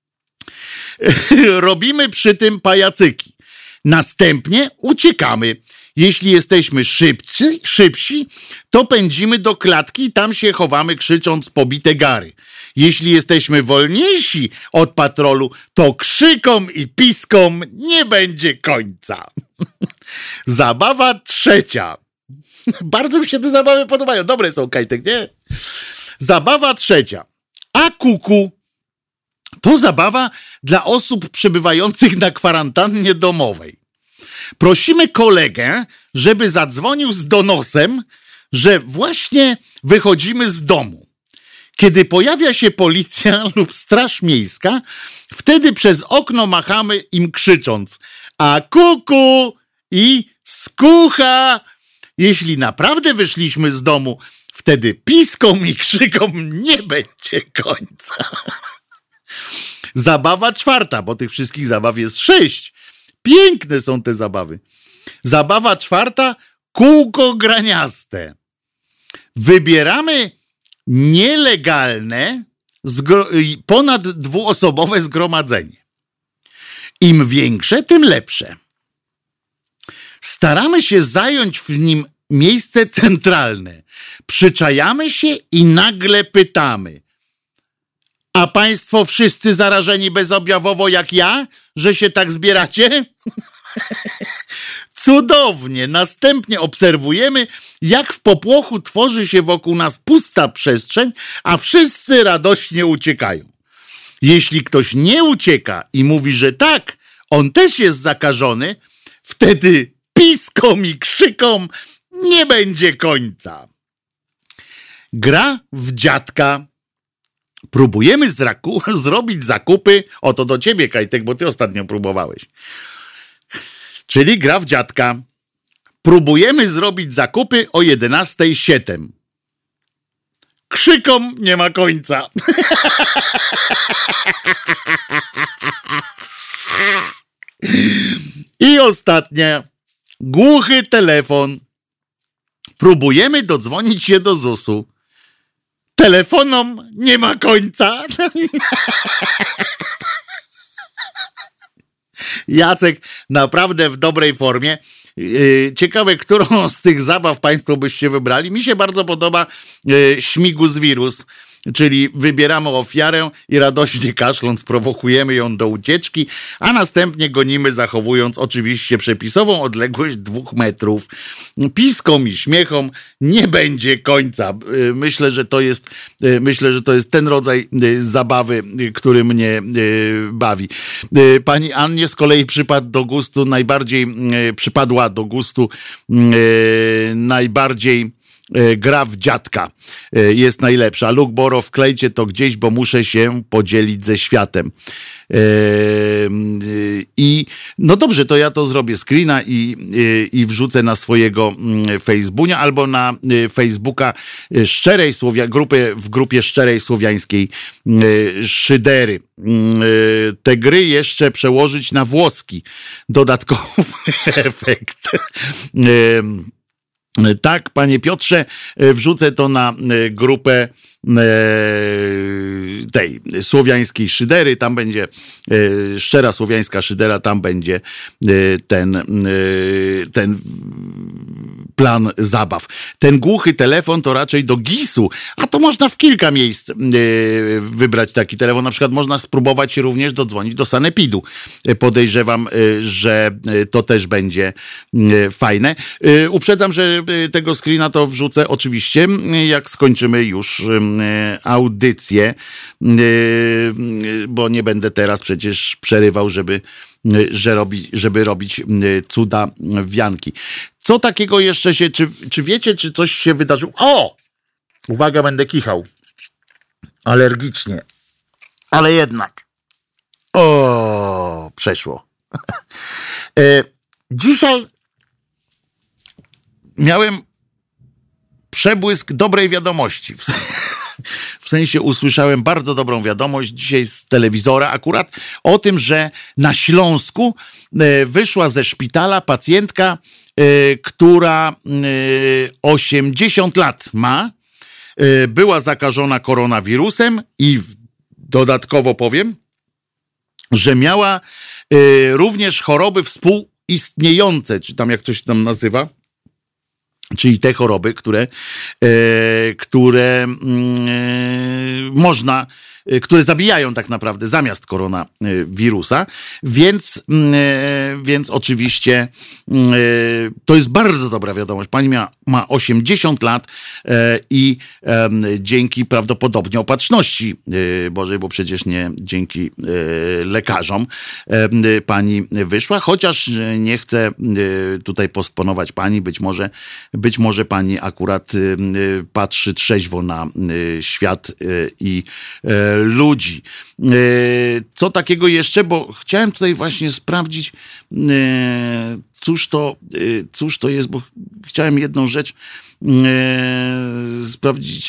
robimy przy tym pajacyki. Następnie uciekamy. Jeśli jesteśmy szybcy, szybsi, to pędzimy do klatki i tam się chowamy, krzycząc pobite gary. Jeśli jesteśmy wolniejsi od patrolu, to krzykom i piskom nie będzie końca. Zabawa trzecia. Bardzo mi się te zabawy podobają. Dobre są, Kajtek, nie? Zabawa trzecia. A kuku to zabawa dla osób przebywających na kwarantannie domowej. Prosimy kolegę, żeby zadzwonił z donosem, że właśnie wychodzimy z domu. Kiedy pojawia się policja lub straż miejska, wtedy przez okno machamy im krzycząc: a kuku i skucha! Jeśli naprawdę wyszliśmy z domu, wtedy piskom i krzykom nie będzie końca. Zabawa czwarta, bo tych wszystkich zabaw jest sześć. Piękne są te zabawy. Zabawa czwarta, kółko graniaste. Wybieramy nielegalne, zgro- ponad dwuosobowe zgromadzenie. Im większe, tym lepsze. Staramy się zająć w nim miejsce centralne. Przyczajamy się i nagle pytamy: a państwo wszyscy zarażeni bezobjawowo jak ja, że się tak zbieracie? Cudownie. Następnie obserwujemy, jak w popłochu tworzy się wokół nas pusta przestrzeń, a wszyscy radośnie uciekają. Jeśli ktoś nie ucieka i mówi, że tak, on też jest zakażony, wtedy piskom i krzykom nie będzie końca. Gra w dziadka. Próbujemy zraku, zrobić zakupy. O, to do ciebie, Kajtek, bo ty ostatnio próbowałeś. Czyli gra w dziadka. Próbujemy zrobić zakupy o jedenastej siedem. Krzykom nie ma końca. I ostatnia. Głuchy telefon. Próbujemy dodzwonić się do zusu. Telefonom nie ma końca. Jacek naprawdę w dobrej formie. Ciekawe, którą z tych zabaw państwo byście wybrali. Mi się bardzo podoba śmigus wirus, czyli wybieramy ofiarę i radośnie kaszląc prowokujemy ją do ucieczki, a następnie gonimy, zachowując oczywiście przepisową odległość dwóch metrów. Piskom i śmiechom nie będzie końca. Myślę, że to jest, myślę, że to jest ten rodzaj zabawy, który mnie bawi. Pani Annie z kolei przypadł do gustu najbardziej, przypadła do gustu najbardziej gra w dziadka jest najlepsza. Luke Boro, wklejcie to gdzieś, bo muszę się podzielić ze światem. I no dobrze, to ja to zrobię screena i, i wrzucę na swojego Facebooka albo na Facebooka szczerej Słowia, grupy, w grupie szczerej słowiańskiej szydery. Te gry jeszcze przełożyć na włoski. Dodatkowy efekt. Tak, panie Piotrze, wrzucę to na grupę tej słowiańskiej szydery, tam będzie szczera słowiańska szydera, tam będzie ten, ten plan zabaw. Ten głuchy telefon to raczej do gisu, a to można w kilka miejsc wybrać taki telefon. Na przykład można spróbować się również dodzwonić do sanepidu. Podejrzewam, że to też będzie fajne. Uprzedzam, że tego screena to wrzucę oczywiście, jak skończymy już audycję, bo nie będę teraz przecież przerywał, żeby, że robi, żeby robić cuda wianki. Co takiego jeszcze się, czy, czy wiecie, czy coś się wydarzyło? O! Uwaga, będę kichał. Alergicznie. Ale jednak. O, przeszło. Dzisiaj miałem przebłysk dobrej wiadomości. W sensie usłyszałem bardzo dobrą wiadomość dzisiaj z telewizora akurat o tym, że na Śląsku wyszła ze szpitala pacjentka, która osiemdziesiąt lat ma, była zakażona koronawirusem i dodatkowo powiem, że miała również choroby współistniejące, czy tam jak coś tam nazywa, czyli te choroby, które, e, które e, można które zabijają tak naprawdę zamiast koronawirusa, więc, więc oczywiście to jest bardzo dobra wiadomość. Pani ma, ma osiemdziesiąt lat i dzięki prawdopodobnie opatrzności Bożej, bo przecież nie dzięki lekarzom pani wyszła, chociaż nie chcę tutaj postponować pani, być może, być może pani akurat patrzy trzeźwo na świat i ludzi. Co takiego jeszcze, bo chciałem tutaj właśnie sprawdzić, cóż to, cóż to jest, bo chciałem jedną rzecz sprawdzić,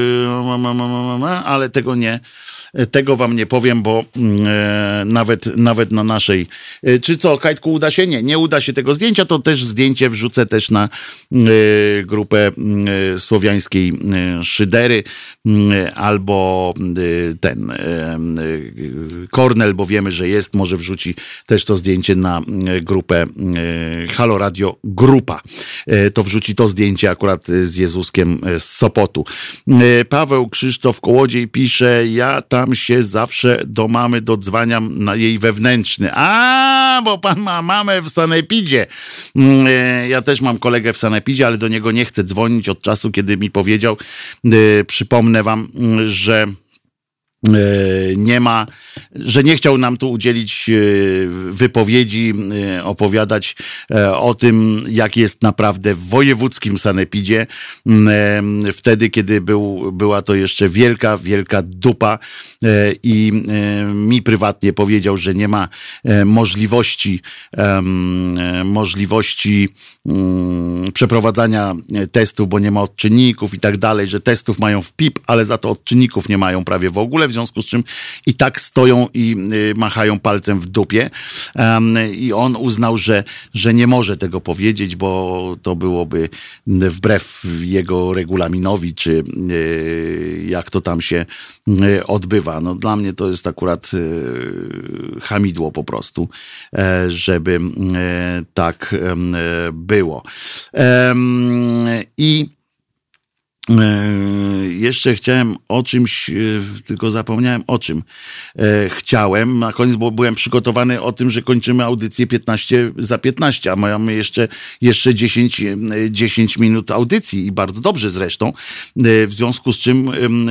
ale tego nie, tego wam nie powiem, bo nawet, nawet na naszej, czy co, Kajtku, uda się? Nie, nie uda się tego zdjęcia, to też zdjęcie wrzucę też na grupę słowiańskiej szydery, albo ten Kornel, bo wiemy, że jest, może wrzuci też to zdjęcie na grupę Halo Radio Grupa. To wrzuci to zdjęcie akurat z Jezuskiem z Sopotu. Paweł Krzysztof Kołodziej pisze, ja tam się zawsze do mamy dodzwaniam na jej wewnętrzny. A, bo pan ma mamę w sanepidzie. Ja też mam kolegę w sanepidzie, ale do niego nie chcę dzwonić od czasu, kiedy mi powiedział, przypomnę wam, że nie ma, że nie chciał nam tu udzielić wypowiedzi, opowiadać o tym, jak jest naprawdę w wojewódzkim sanepidzie. Wtedy, kiedy był, była to jeszcze wielka, wielka dupa i mi prywatnie powiedział, że nie ma możliwości możliwości przeprowadzania testów, bo nie ma odczynników i tak dalej, że testów mają w P I P, ale za to odczynników nie mają prawie w ogóle, w związku z czym i tak stoją i machają palcem w dupie. Um, I on uznał, że, że nie może tego powiedzieć, bo to byłoby wbrew jego regulaminowi, czy y, jak to tam się y, odbywa. No, dla mnie to jest akurat y, hamidło po prostu, y, żeby y, tak y, było. Y, I jeszcze chciałem o czymś, tylko zapomniałem o czym chciałem. Na koniec, bo byłem przygotowany o tym, że kończymy audycję piętnaście za piętnaście, a mamy jeszcze, jeszcze dziesięć, dziesięć minut audycji i bardzo dobrze zresztą. W związku z czym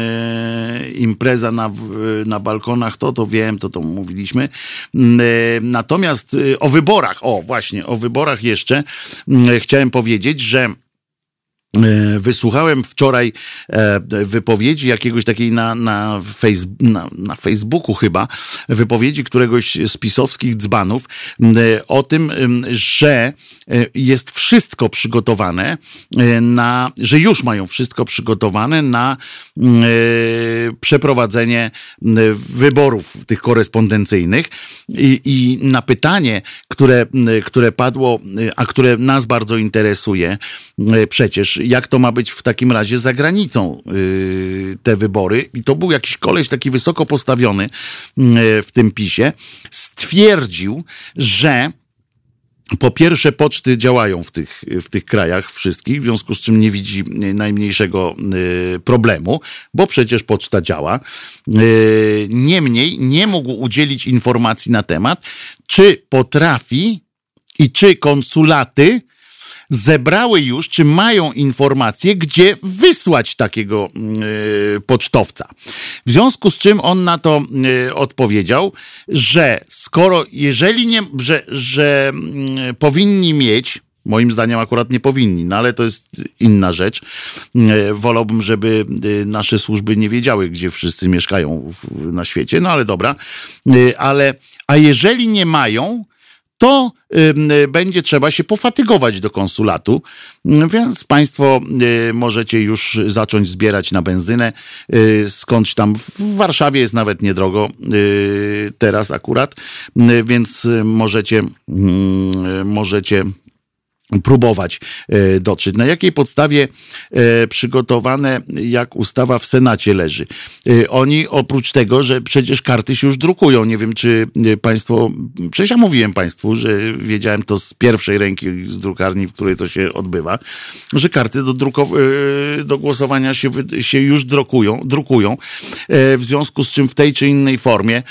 impreza na, na balkonach, to to wiem, to to mówiliśmy. Natomiast o wyborach, o właśnie, o wyborach jeszcze chciałem powiedzieć, że wysłuchałem wczoraj wypowiedzi jakiegoś takiej na, na, fejs, na, na Facebooku chyba, wypowiedzi któregoś z pisowskich dzbanów o tym, że jest wszystko przygotowane na, że już mają wszystko przygotowane na przeprowadzenie wyborów tych korespondencyjnych i, i na pytanie, które, które padło, a które nas bardzo interesuje przecież, jak to ma być w takim razie za granicą yy, te wybory. I to był jakiś koleś taki wysoko postawiony yy, w tym PiSie. Stwierdził, że po pierwsze poczty działają w tych, w tych krajach wszystkich, w związku z czym nie widzi najmniejszego y, problemu, bo przecież poczta działa. Y, niemniej nie mógł udzielić informacji na temat, czy potrafi i czy konsulaty zebrały już, czy mają informacje, gdzie wysłać takiego y, pocztowca. W związku z czym on na to y, odpowiedział, że skoro, jeżeli nie, że, że y, powinni mieć, moim zdaniem akurat nie powinni, no ale to jest inna rzecz. Y, wolałbym, żeby y, nasze służby nie wiedziały, gdzie wszyscy mieszkają w, na świecie, no ale dobra. Y, ale, a jeżeli nie mają, to y, będzie trzeba się pofatygować do konsulatu, więc państwo y, możecie już zacząć zbierać na benzynę, y, skądś tam w Warszawie jest nawet niedrogo y, teraz akurat, y, więc możecie, y, możecie próbować e, dotrzeć. Na jakiej podstawie e, przygotowane, jak ustawa w Senacie leży? E, oni oprócz tego, że przecież karty się już drukują. Nie wiem, czy e, państwo, przecież ja mówiłem państwu, że wiedziałem to z pierwszej ręki, z drukarni, w której to się odbywa, że karty do, druko- e, do głosowania się, się już drukują, drukują. E, w związku z czym w tej czy innej formie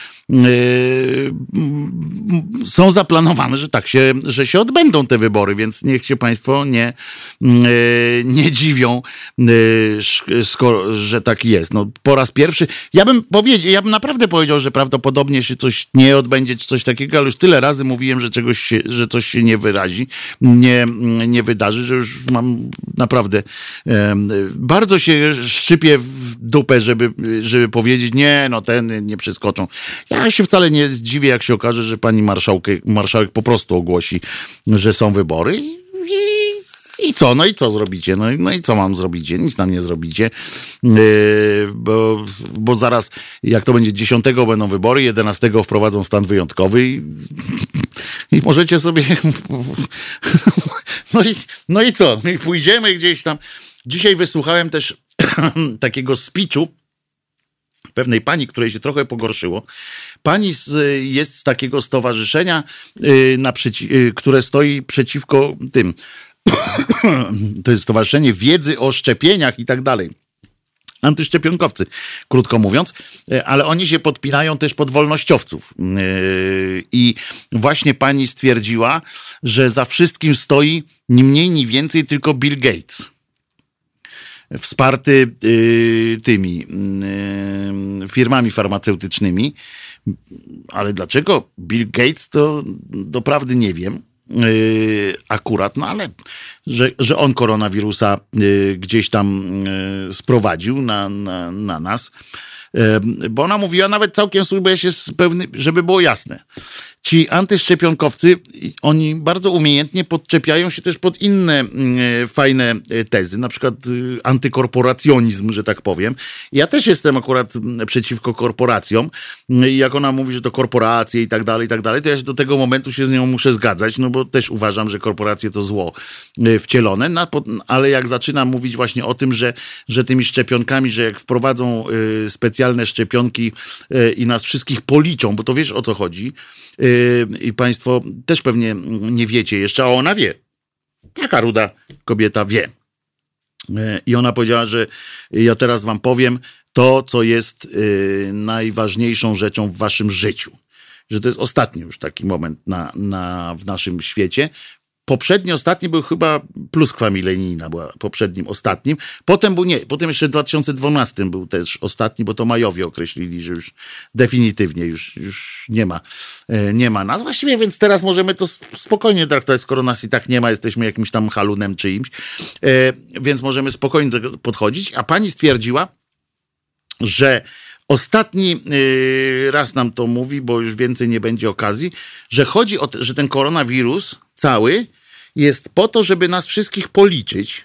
są zaplanowane, że tak się, że się odbędą te wybory, więc niech się państwo nie, nie dziwią, że tak jest. No, po raz pierwszy, ja bym powiedział, ja bym naprawdę powiedział, że prawdopodobnie się coś nie odbędzie, czy coś takiego, ale już tyle razy mówiłem, że czegoś się, że coś się nie wyrazi, nie, nie wydarzy, że już mam naprawdę bardzo się szczypię w dupę, żeby, żeby powiedzieć, nie, no ten nie przeskoczą. Ja się wcale nie zdziwię, jak się okaże, że pani marszałek, marszałek po prostu ogłosi, że są wybory i, i, i co? No i co zrobicie? No, no i co mam zrobić? Nic tam nie zrobicie, yy, bo, bo zaraz, jak to będzie dziesiątego będą wybory, jedenastego wprowadzą stan wyjątkowy i, i możecie sobie no i, no i co? No i pójdziemy gdzieś tam. Dzisiaj wysłuchałem też takiego speechu pewnej pani, której się trochę pogorszyło. Pani z, jest z takiego stowarzyszenia, yy, naprzeci- yy, które stoi przeciwko tym. To jest Stowarzyszenie Wiedzy o Szczepieniach i tak dalej. Antyszczepionkowcy, krótko mówiąc, ale oni się podpinają też pod wolnościowców. Yy, I właśnie pani stwierdziła, że za wszystkim stoi ni mniej, ni więcej tylko Bill Gates. Wsparty y, tymi y, firmami farmaceutycznymi. Ale dlaczego Bill Gates, to doprawdy nie wiem. Yy, akurat, no ale że, że on koronawirusa yy, gdzieś tam yy, sprowadził na, na, na nas. Yy, bo ona mówiła nawet całkiem sobie się pewny, żeby było jasne. Ci antyszczepionkowcy, oni bardzo umiejętnie podczepiają się też pod inne y, fajne tezy, na przykład y, antykorporacjonizm, że tak powiem. Ja też jestem akurat przeciwko korporacjom. I jak ona mówi, że to korporacje i tak dalej, i tak dalej, to ja się do tego momentu się z nią muszę zgadzać, no bo też uważam, że korporacje to zło y, wcielone, na, ale jak zaczyna mówić właśnie o tym, że, że tymi szczepionkami, że jak wprowadzą y, specjalne szczepionki y, i nas wszystkich policzą, bo to wiesz, o co chodzi, i państwo też pewnie nie wiecie jeszcze, a ona wie. Taka ruda kobieta wie. I ona powiedziała, że ja teraz wam powiem to, co jest najważniejszą rzeczą w waszym życiu. Że to jest ostatni już taki moment na, na, w naszym świecie. Poprzedni, ostatni był chyba pluskwa milenijna, była poprzednim, ostatnim. Potem był nie, potem jeszcze w dwa tysiące dwunastym był też ostatni, bo to Majowie określili, że już definitywnie już, już nie ma, nie ma nas. Właściwie, więc teraz możemy to spokojnie traktować, skoro nas i tak nie ma, jesteśmy jakimś tam halunem czyimś, więc możemy spokojnie do tego podchodzić. A pani stwierdziła, że ostatni raz nam to mówi, bo już więcej nie będzie okazji, że chodzi o to, że ten koronawirus cały jest po to, żeby nas wszystkich policzyć.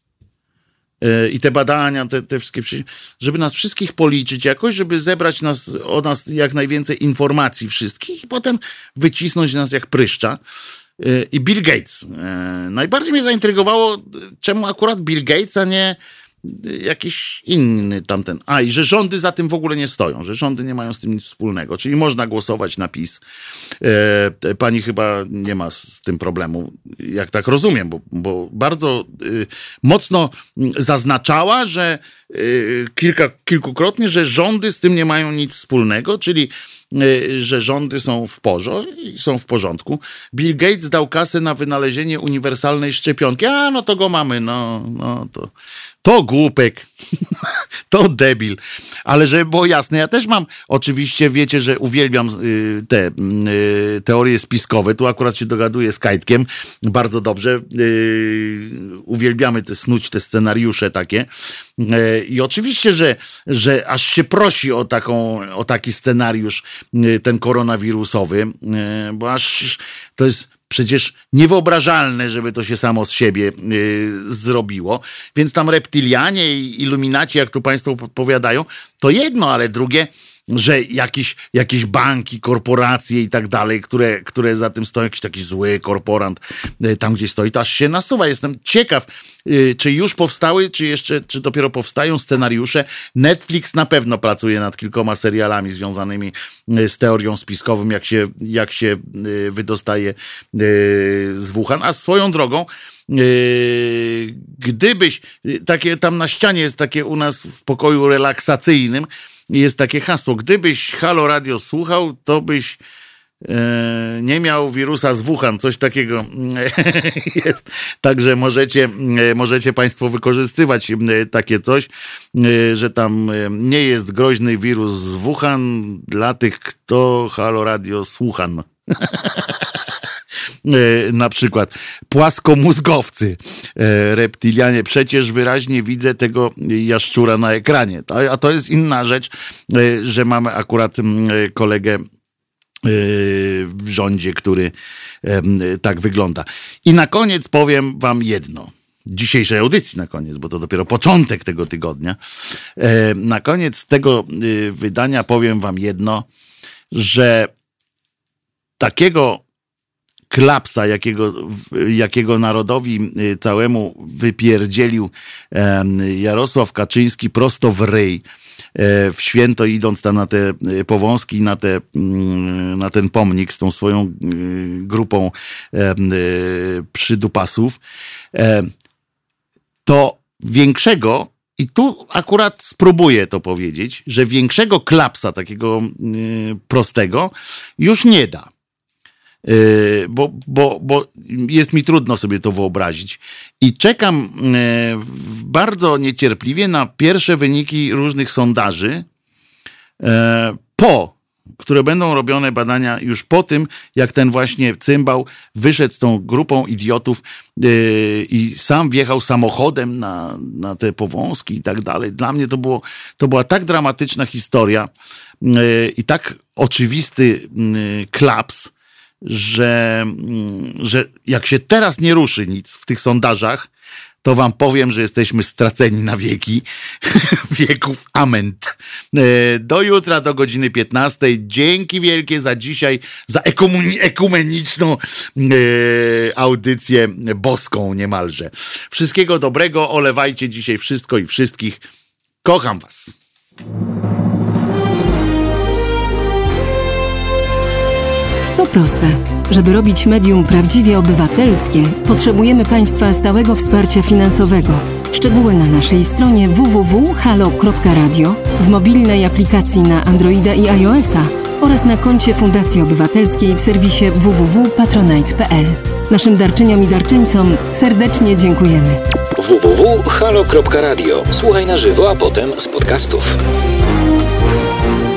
I te badania, te, te wszystkie, żeby nas wszystkich policzyć jakoś, żeby zebrać nas, o nas jak najwięcej informacji wszystkich i potem wycisnąć nas jak pryszcza. I Bill Gates. Najbardziej mnie zaintrygowało, czemu akurat Bill Gates, a nie jakiś inny tamten. A, i że rządy za tym w ogóle nie stoją, że rządy nie mają z tym nic wspólnego, czyli można głosować na PiS. E, pani chyba nie ma z tym problemu, jak tak rozumiem, bo, bo bardzo y, mocno zaznaczała, że y, kilka, kilkukrotnie, że rządy z tym nie mają nic wspólnego, czyli y, że rządy są w porządku, są w porządku. Bill Gates dał kasę na wynalezienie uniwersalnej szczepionki. A, no to go mamy, no, no to To głupek, to debil. Ale żeby było jasne, ja też mam, oczywiście wiecie, że uwielbiam y, te y, teorie spiskowe. Tu akurat się dogaduję z Kajtkiem bardzo dobrze. Y, uwielbiamy te snuć te scenariusze takie. Y, I oczywiście, że, że aż się prosi o, taką, o taki scenariusz, y, ten koronawirusowy, y, bo aż to jest przecież niewyobrażalne, żeby to się samo z siebie y, zrobiło. Więc tam reptylianie i iluminaci, jak tu państwo podpowiadają, to jedno, ale drugie, że jakieś, jakieś banki, korporacje i tak dalej, które, które za tym stoją, jakiś taki zły korporant tam gdzieś stoi, to aż się nasuwa. Jestem ciekaw, czy już powstały, czy jeszcze, czy dopiero powstają scenariusze. Netflix na pewno pracuje nad kilkoma serialami związanymi z teorią spiskową, jak się, jak się wydostaje z Wuhan. A swoją drogą, gdybyś, takie tam na ścianie jest takie u nas w pokoju relaksacyjnym, jest takie hasło, gdybyś Halo Radio słuchał, to byś e, nie miał wirusa z Wuhan, coś takiego jest. Także możecie, możecie państwo wykorzystywać takie coś, że tam nie jest groźny wirus z Wuhan dla tych, kto Halo Radio słucha. Na przykład płaskomózgowcy, reptilianie, przecież wyraźnie widzę tego jaszczura na ekranie. A to jest inna rzecz, że mamy akurat kolegę w rządzie, który tak wygląda. I na koniec powiem wam jedno. Dzisiejszej audycji na koniec, bo to dopiero początek tego tygodnia. Na koniec tego wydania powiem wam jedno, że takiego klapsa, jakiego, jakiego narodowi całemu wypierdzielił Jarosław Kaczyński prosto w ryj, w święto idąc tam na te powązki, na, te, na ten pomnik z tą swoją grupą przydupasów, to większego, i tu akurat spróbuję to powiedzieć, że większego klapsa takiego prostego już nie da. Yy, bo, bo, bo jest mi trudno sobie to wyobrazić. I czekam yy, bardzo niecierpliwie na pierwsze wyniki różnych sondaży, yy, po, które będą robione badania już po tym, jak ten właśnie cymbał wyszedł z tą grupą idiotów yy, i sam wjechał samochodem na, na te powązki i tak dalej. Dla mnie to było, to była tak dramatyczna historia yy, i tak oczywisty yy, klaps, Że, że jak się teraz nie ruszy nic w tych sondażach, to wam powiem, że jesteśmy straceni na wieki. Wieków ament. Do jutra, do godziny piętnastej. Dzięki wielkie za dzisiaj, za ekumeni- ekumeniczną e, audycję boską niemalże. Wszystkiego dobrego, olewajcie dzisiaj wszystko i wszystkich. Kocham was. To proste. Żeby robić medium prawdziwie obywatelskie, potrzebujemy Państwa stałego wsparcia finansowego. Szczegóły na naszej stronie w w w kropka halo kropka radio, w mobilnej aplikacji na Androida i iOS-a oraz na koncie Fundacji Obywatelskiej w serwisie w w w kropka patronite kropka p l. Naszym darczyniom i darczyńcom serdecznie dziękujemy. w w w kropka halo kropka radio. Słuchaj na żywo, a potem z podcastów.